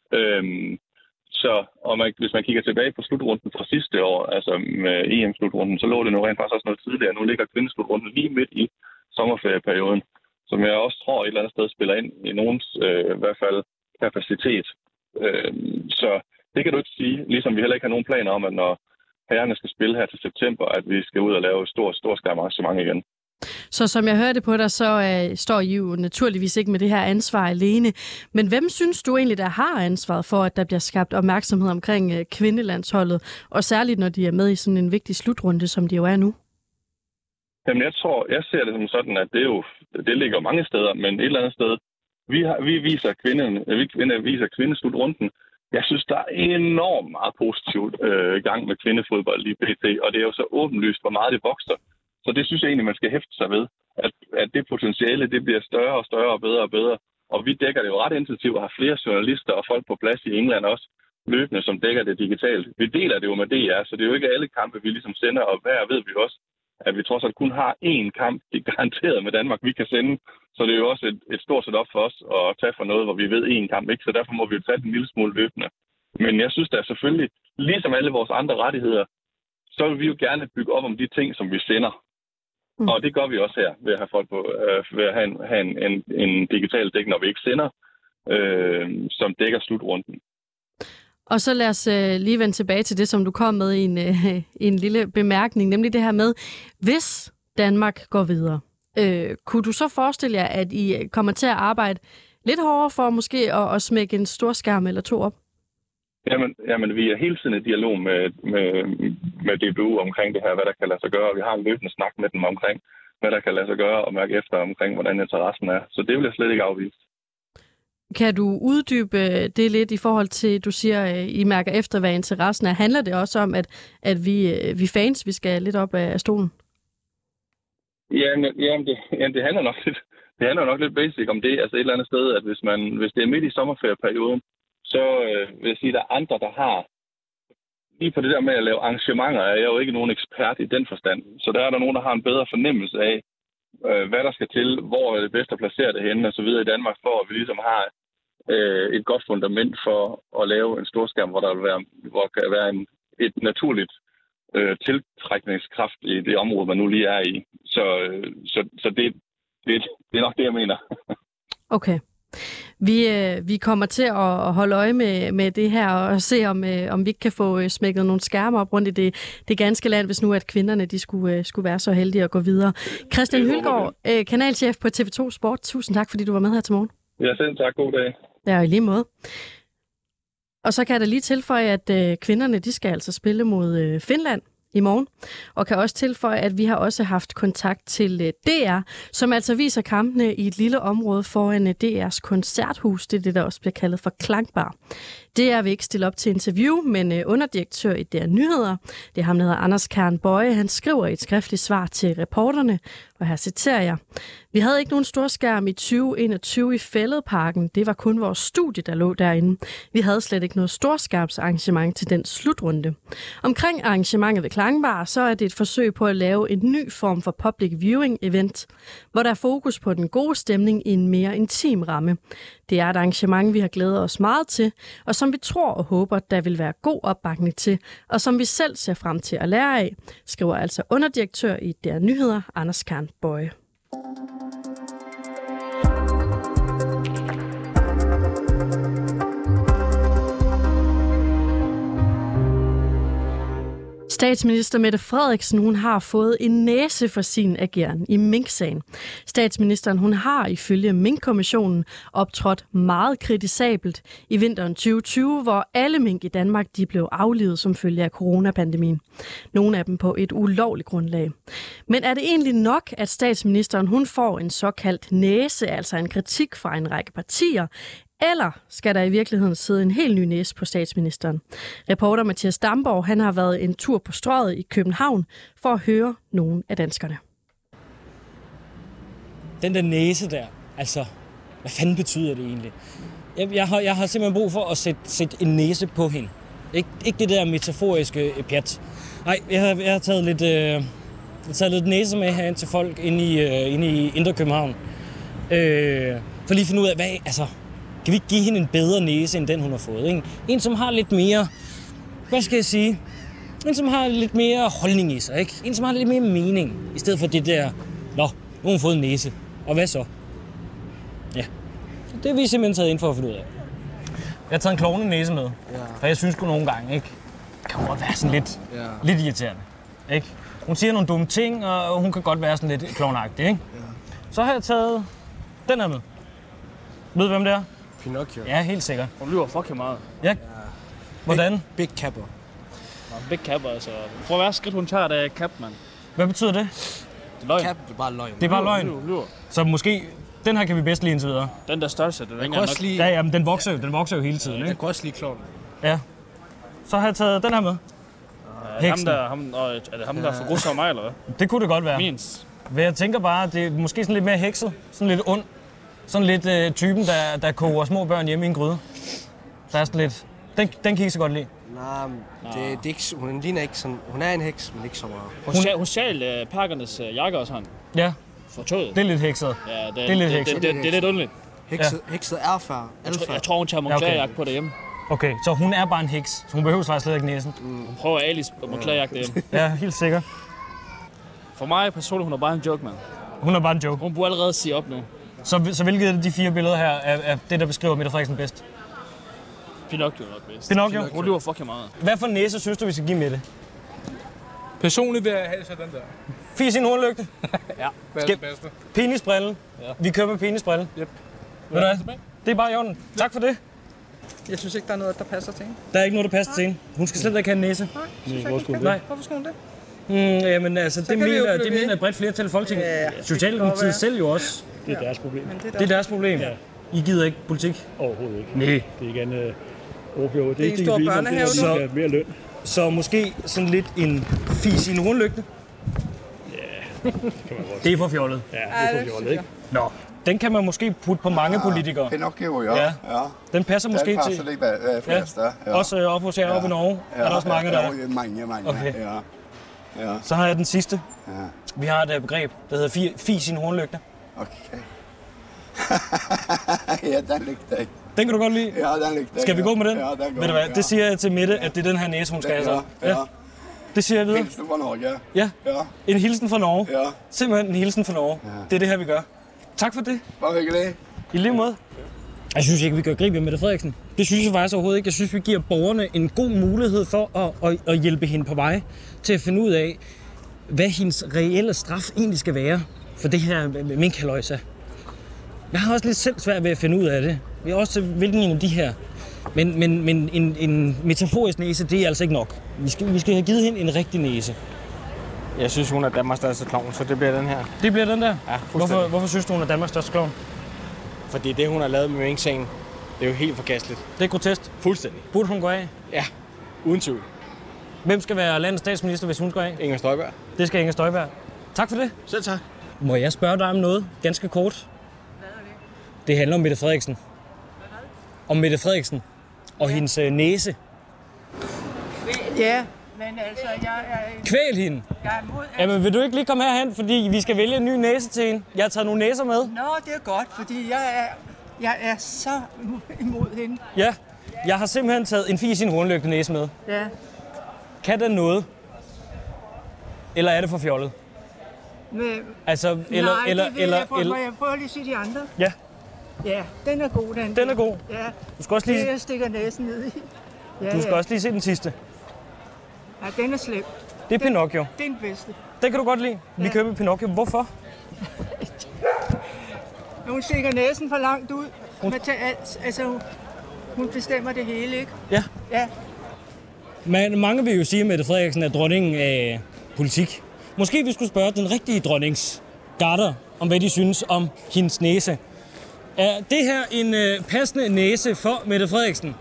Hvis man kigger tilbage på slutrunden fra sidste år, altså med EM-slutrunden, så lå det nu rent faktisk også noget tidligere. Nu ligger kvindeslutrunden lige midt i sommerferieperioden, som jeg også tror et eller andet sted spiller ind i nogens i hvert fald kapacitet. Så det kan du ikke sige, ligesom vi heller ikke har nogen planer om, at når herrerne skal spille her til september, at vi skal ud og lave et stort skærmarrangement igen. Så som jeg hørte på dig, så står I jo naturligvis ikke med det her ansvar alene. Men hvem synes du egentlig, der har ansvaret for, at der bliver skabt opmærksomhed omkring kvindelandsholdet, og særligt når de er med i sådan en vigtig slutrunde, som de jo er nu? Jamen jeg ser det som sådan, at det ligger mange steder, men et eller andet sted, vi viser kvindeslutrunde. Jeg synes, der er enormt meget positivt gang med kvindefodbold lige pt, og det er jo så åbenlyst, hvor meget det vokser. Så det synes jeg egentlig, man skal hæfte sig ved, at det potentiale, det bliver større og større og bedre og bedre. Og vi dækker det jo ret intensivt og har flere journalister og folk på plads i England også, løbende, som dækker det digitalt. Vi deler det jo med DR, så det er jo ikke alle kampe, vi ligesom sender, og hver ved vi også, at vi trods alt kun har én kamp, det er garanteret med Danmark, vi kan sende. Så det er jo også et stort set op for os at tage for noget, hvor vi ved én kamp ikke, så derfor må vi jo tage den lille smule løbende. Men jeg synes da selvfølgelig, ligesom alle vores andre rettigheder, så vil vi jo gerne bygge op om de ting, som vi sender. Og det gør vi også her, ved at have folk på, ved at have en digital dæk, når vi ikke sender, som dækker slutrunden. Og så lad os lige vende tilbage til det, som du kom med i en lille bemærkning, nemlig det her med, hvis Danmark går videre, kunne du så forestille jer, at I kommer til at arbejde lidt hårdere for måske at smække en stor skærm eller to op? Jamen, vi er hele tiden i dialog med DBU omkring det her, hvad der kan lade sig gøre. Vi har en løbende snak med dem omkring, hvad der kan lade sig gøre, og mærke efter omkring, hvordan interessen er. Så det vil jeg slet ikke afvise. Kan du uddybe det lidt i forhold til, du siger, I mærker efter, hvad interessen er? Handler det også om, at vi fans, vi skal lidt op af stolen? Det handler nok lidt. Det handler nok lidt basic om det. Altså et eller andet sted, at hvis det er midt i sommerferieperioden, så vil jeg sige, at der er andre, der har. Lige på det der med at lave arrangementer, er jeg jo ikke nogen ekspert i den forstand. Så der er der nogen, der har en bedre fornemmelse af, hvad der skal til, hvor er det bedst at placere det henne og så videre i Danmark, for at vi ligesom har et godt fundament for at lave en storskærm, hvor kan være et naturligt tiltrækningskraft i det område, man nu lige er i. Så det er nok det, jeg mener. Okay. Vi kommer til at holde øje med det her og se, om vi ikke kan få smækket nogle skærme op rundt i det ganske land, hvis nu at kvinderne de skulle være så heldige at gå videre. Christian Hylgaard, kanalchef på TV2 Sport. Tusind tak, fordi du var med her til morgen. Ja, selv tak. God dag. Ja, i lige måde. Og så kan jeg da lige tilføje, at kvinderne de skal altså spille mod Finland i morgen, og kan også tilføje, at vi har også haft kontakt til DR, som altså viser kampene i et lille område foran DR's koncerthus. Det er det, der også bliver kaldet for Klangbar. DR vil ikke stille op til interview, men underdirektør i DR Nyheder, det er ham, der hedder Anders Kern Boye, han skriver i et skriftligt svar til reporterne, og her citerer jeg: "Vi havde ikke nogen storskærm i 2021 i Fælledparken. Det var kun vores studie, der lå derinde. Vi havde slet ikke noget storskærmsarrangement til den slutrunde. Omkring arrangementet ved Klangbar, så er det et forsøg på at lave en ny form for public viewing event, hvor der er fokus på den gode stemning i en mere intim ramme. Det er et arrangement, vi har glædet os meget til, og som vi tror og håber, der vil være god opbakning til, og som vi selv ser frem til at lære af", skriver altså underdirektør i DR Nyheder, Anders Kern Boye. Statsminister Mette Frederiksen, hun har fået en næse for sin ageren i Mink-sagen. Statsministeren, hun har ifølge Mink-kommissionen optrådt meget kritisabelt i vinteren 2020, hvor alle mink i Danmark de blev aflivet som følge af coronapandemien. Nogle af dem på et ulovligt grundlag. Men er det egentlig nok, at statsministeren hun får en såkaldt næse, altså en kritik fra en række partier, eller skal der i virkeligheden sidde en helt ny næse på statsministeren? Reporter Mathias Damborg, han har været en tur på Strøget i København for at høre nogle af danskerne. Den der næse der, altså, hvad fanden betyder det egentlig? Jeg har simpelthen brug for at sætte en næse på hende. Ikke det der metaforiske pjat. Nej, jeg har taget lidt næse med herind til folk inde i Indre København. For lige at finde ud af, kan vi ikke give hende en bedre næse, end den hun har fået? Ikke? En, som har lidt mere, hvad skal jeg sige? En, som har lidt mere holdning i sig, ikke? En, som har lidt mere mening, i stedet for det der, nu har hun fået en næse. Og hvad så? Ja, så det er vi simpelthen taget ind for at finde ud af. Jeg har taget en klovne næse med, for jeg synes sgu nogle gange, ikke? Det kan godt være sådan lidt irriterende, ikke? Hun siger nogle dumme ting, og hun kan godt være sådan lidt klovnagtig, ikke? Ja. Så har jeg taget den her med. Ved du, hvem det er? Pinocchio. Ja, helt sikkert. Hun lyver fucking meget. Ja. Hvordan? Big capper. Big capper, altså. For hver skridt, hun tager, det er cap, mand. Hvad betyder det? Det er løgn. Cap, det er bare løgn. Det er bare løgn? Lyver. Så måske, den her kan vi bedst lide indtil videre. Den der største, den kan også lide... Ja, men den vokser jo hele tiden, ikke? Jeg kan også lide klovnen. Ja. Så har jeg taget den her med. Heksen. Er det ham, der er for grusser af mig, eller hvad? Det kunne det godt være. Minst. Men jeg tænker bare, det er måske sådan lidt mere hekset. Sådan lidt ond. Sådan lidt typen, der koger små børn hjemme i en gryde. Der er sådan lidt... Den kan I så godt lide. Nej, det er ikke, hun ligner ikke sådan... Hun er en heks, men ikke så meget. Hun stjal pakkernes jakke også, han. Ja. For tøjet. Det er lidt hekset. Ja, det er lidt hekset. Det er lidt underligt. Hekset er jeg tror, hun tager Moncler-jakke på derhjemme. Okay, så hun er bare en heks. Så hun behøver faktisk slet ikke næsen. Hun prøver Alice Moncler-jakke derhjemme. Ja, helt sikkert. For mig personligt, hun er bare en joke, mand. Hun er bare en joke. Hun burde allerede sige op nu. Så hvilket af de 4 billeder her er det, der beskriver Mette Frederiksen bedst? Pinocchio nok bedst. Pinocchio? Hun lyver fucking meget. Hvad for næse synes du, vi skal give Mette? Personligt vil jeg have sådan der. Fis i en hornlygte? Ja, bedste. Penisbrille? Ja. Vi kører med penisbrille? Yep. Ved du hvad? Det er bare i orden. Tak for det. Jeg synes ikke, der er noget, der passer til hende. Der er ikke noget, der passer til hende. Hun skal slet ikke have en næse. Nej, hvorfor skal hun det? Jamen altså, det mener et bredt flertal i Folketinget. Socialdemokratiet selv jo også. Det er deres problem. Det er deres problem. Ja. I gider ikke politik? Overhovedet ikke. Nej. Det er ikke en ordfører. Det er en stor børnehave nu. Mere løn. Så måske sådan lidt en fis i en rundlygte? Ja, det kan man godt. Det er for fjollet. Ja, det er for fjollet, ikke? Nå, den kan man måske putte på mange politikere. Pinocchio, ja. Den passer måske til... Den passer lidt flest, ja. Også op hos jer oppe i Norge. Er der også mange, der er? Mange, okay. Ja. Så har jeg den sidste. Ja. Vi har et begreb, der hedder fis i en hornlygte. Okay. Ja, den ligger ikke. Den kan du godt lide? Ja, den ligger. Skal vi gå med den? Ja, den går. Ved du hvad, det siger jeg til Mette, at det er den her næse, hun skal have så. Ja. Det siger jeg videre. Hilsen fra Norge, ja. En hilsen fra Norge. Ja. Simpelthen en hilsen fra Norge. Ja. Det er det her, vi gør. Tak for det. Bare hyggeligt. I lige måde. Jeg synes ikke, vi gør grib med Mette Frederiksen. Det synes jeg faktisk overhovedet ikke. Jeg synes, vi giver borgerne en god mulighed for at hjælpe hende på vej til at finde ud af, hvad hendes reelle straf egentlig skal være for det her minkhalløjsa. Jeg har også lidt selv svært ved at finde ud af det. Vi har også hvilken en af de her. Men en metaforisk næse, det er altså ikke nok. Vi skal have givet hende en rigtig næse. Jeg synes, hun er Danmarks største klovn, så det bliver den her. Det bliver den der? Ja, hvorfor synes du, hun er Danmarks største klovn? Fordi det, hun har lavet med Mink-sagen, Det er jo helt forkasteligt. Det er grotesk. Fuldstændig. Burde hun gå af? Ja, uden tvivl. Hvem skal være landets statsminister, hvis hun går af? Inger Støjberg. Det skal Inger Støjberg. Tak for det. Selv tak. Må jeg spørge dig om noget ganske kort? Hvad er det? Det handler om Mette Frederiksen. Om Mette Frederiksen og hendes næse. Ja, men altså, jeg er... Kvæl hende. Jeg er imod... Jamen, vil du ikke lige komme herhen, fordi vi skal vælge en ny næse til hende? Jeg har taget nogle næser med. Nå, det er godt, fordi jeg er så imod hende. Ja, jeg har simpelthen taget en fis i en hornlygte næse med. Ja. Kan den noget? Eller er det for fjollet? Men... Altså, Nej, jeg prøver lige at sige de andre. Ja. Ja, den er god, den. Den er god. Ja. Du skal også lige... Det, jeg stikker næsen ned i. Ja, du skal også lige se den sidste. Ja, den er slem. Det er Pinocchio. Det er den bedste. Den kan du godt lide. Vi køber Pinocchio. Hvorfor? Hun stikker næsen for langt ud. Altså, hun bestemmer det hele, ikke? Ja. Ja. Men mange vil jo sige, at Mette Frederiksen er dronningen af politik. Måske vi skulle spørge den rigtige dronnings garter om, hvad de synes om hendes næse. Er det her en passende næse for Mette Frederiksen?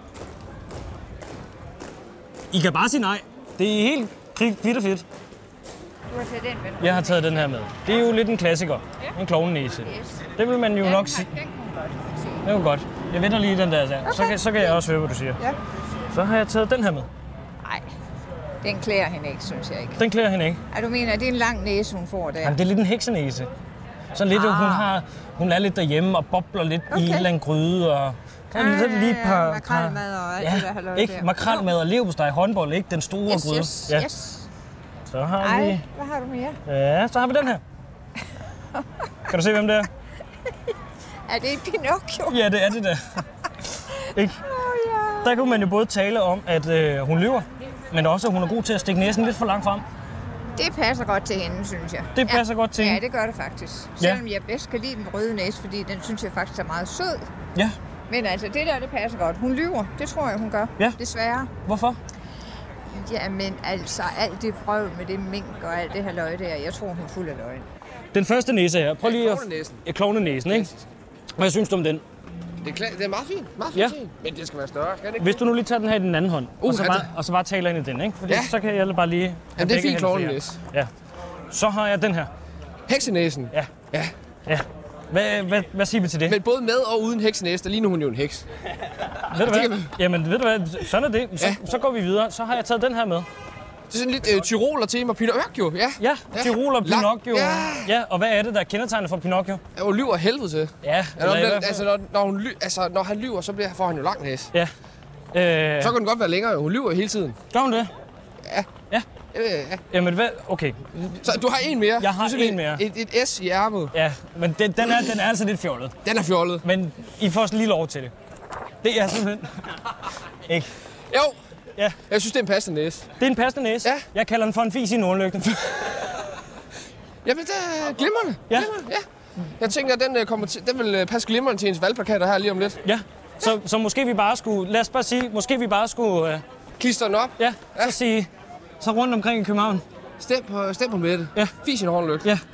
I kan bare sige nej. Det er helt kvitt og fedt. Du har taget den med? Jeg har taget den her med. Det er jo lidt en klassiker. Ja. En klovnenæse. Yes. Det vil man jo nok sige. Den kunne godt. Det er jo godt. Jeg venter lige den der. Okay. Så kan jeg også høre, hvad du siger. Ja. Så har jeg taget den her med. Nej, den klæder hende ikke, synes jeg ikke. Den klæder hende ikke? Du mener, at det er en lang næse, hun får der? Jamen, det er lidt en heksenæse. Så lidt, hun er lidt derhjemme og bobler lidt i en eller anden gryde. Og lige et par... makrelmad og alt det der halløj ikke? Der. Makrelmad og leverpostej, håndbold, ikke? Den store gryde. Yes. Så har vi... hvad har du mere? Ja, så har vi den her. Kan du se, hvem det er? Er det Pinocchio? Ja, det er det der. Ikke? Der kunne man jo både tale om, at hun lyver, men også, at hun er god til at stikke næsen lidt for langt frem. Det passer godt til hende, synes jeg. Det passer godt til hende? Ja, det gør det faktisk. Selvom jeg bedst kan lide den røde næse, fordi den synes jeg faktisk er meget sød. Ja. Men altså, det der, det passer godt. Hun lyver. Det tror jeg, hun gør. Ja. Desværre. Hvorfor? Jamen altså, alt det vrøv med det mink og alt det her løg der, jeg tror, hun er fuld af løgn. Den første næse her. Prøv lige at... Klovnenæsen, ikke? Hvad synes du om den? Det er meget fint. Meget fint. Men det skal være større, skal det ikke? Hvis du nu lige tager den her i den anden hånd, og så bare taler ind i den, ikke? Fordi så kan jeg bare lige... Ja, det er fint klovnenæse. Ja. Så har jeg den her. Heksenæsen? Ja. Hvad siger vi til det? Men både med og uden heksenæse, der ligner hun jo en heks. Ved du hvad? Jamen, ved du hvad? Sådan er det. Så går vi videre. Så har jeg taget den her med. Det er sådan lidt Tyroler tema. Pinocchio, Ja, Tyroler, Pinocchio. Ja, og hvad er det, der er kendetegnet for Pinocchio? Ja, hun lyver helvede til. Ja. Når han lyver, så får han jo lang næse. Ja. Så kan den godt være længere. Hun lyver hele tiden. Gør hun det? Ja. Jamen, hvad? Okay. Så du har en mere? Jeg har en mere. Et S i ærmet. Ja, men den er altså lidt fjollet. Den er fjollet. Men I får lige lov til det. Det er simpelthen... Ikke? Jo. Ja. Jeg synes, det er en passende næse. Det er en passende næse? Ja. Jeg kalder den for en fis i en hornlygte. Jamen, det er glimrende. Ja. Jeg tænker, den vil passe glimrende til ens valgplakater her lige om lidt. Ja. Så måske vi bare skulle... Lad os bare sige, måske vi bare skulle... Klister den op. Ja. Så sige... Så rundt omkring i København. Stem på Mette. Ja. Fis i en hornlygte. Ja.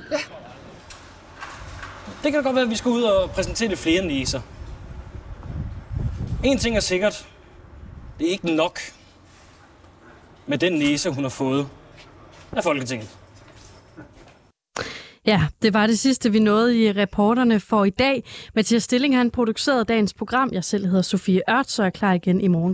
Det kan da godt være, at vi skal ud og præsentere lidt flere næser. En ting er sikkert. Det er ikke nok med den næse, hun har fået af Folketinget. Ja, det var det sidste, vi nåede i reporterne for i dag. Mathias Stilling, han producerede dagens program. Jeg selv hedder Sofie Ørts, så er klar igen i morgen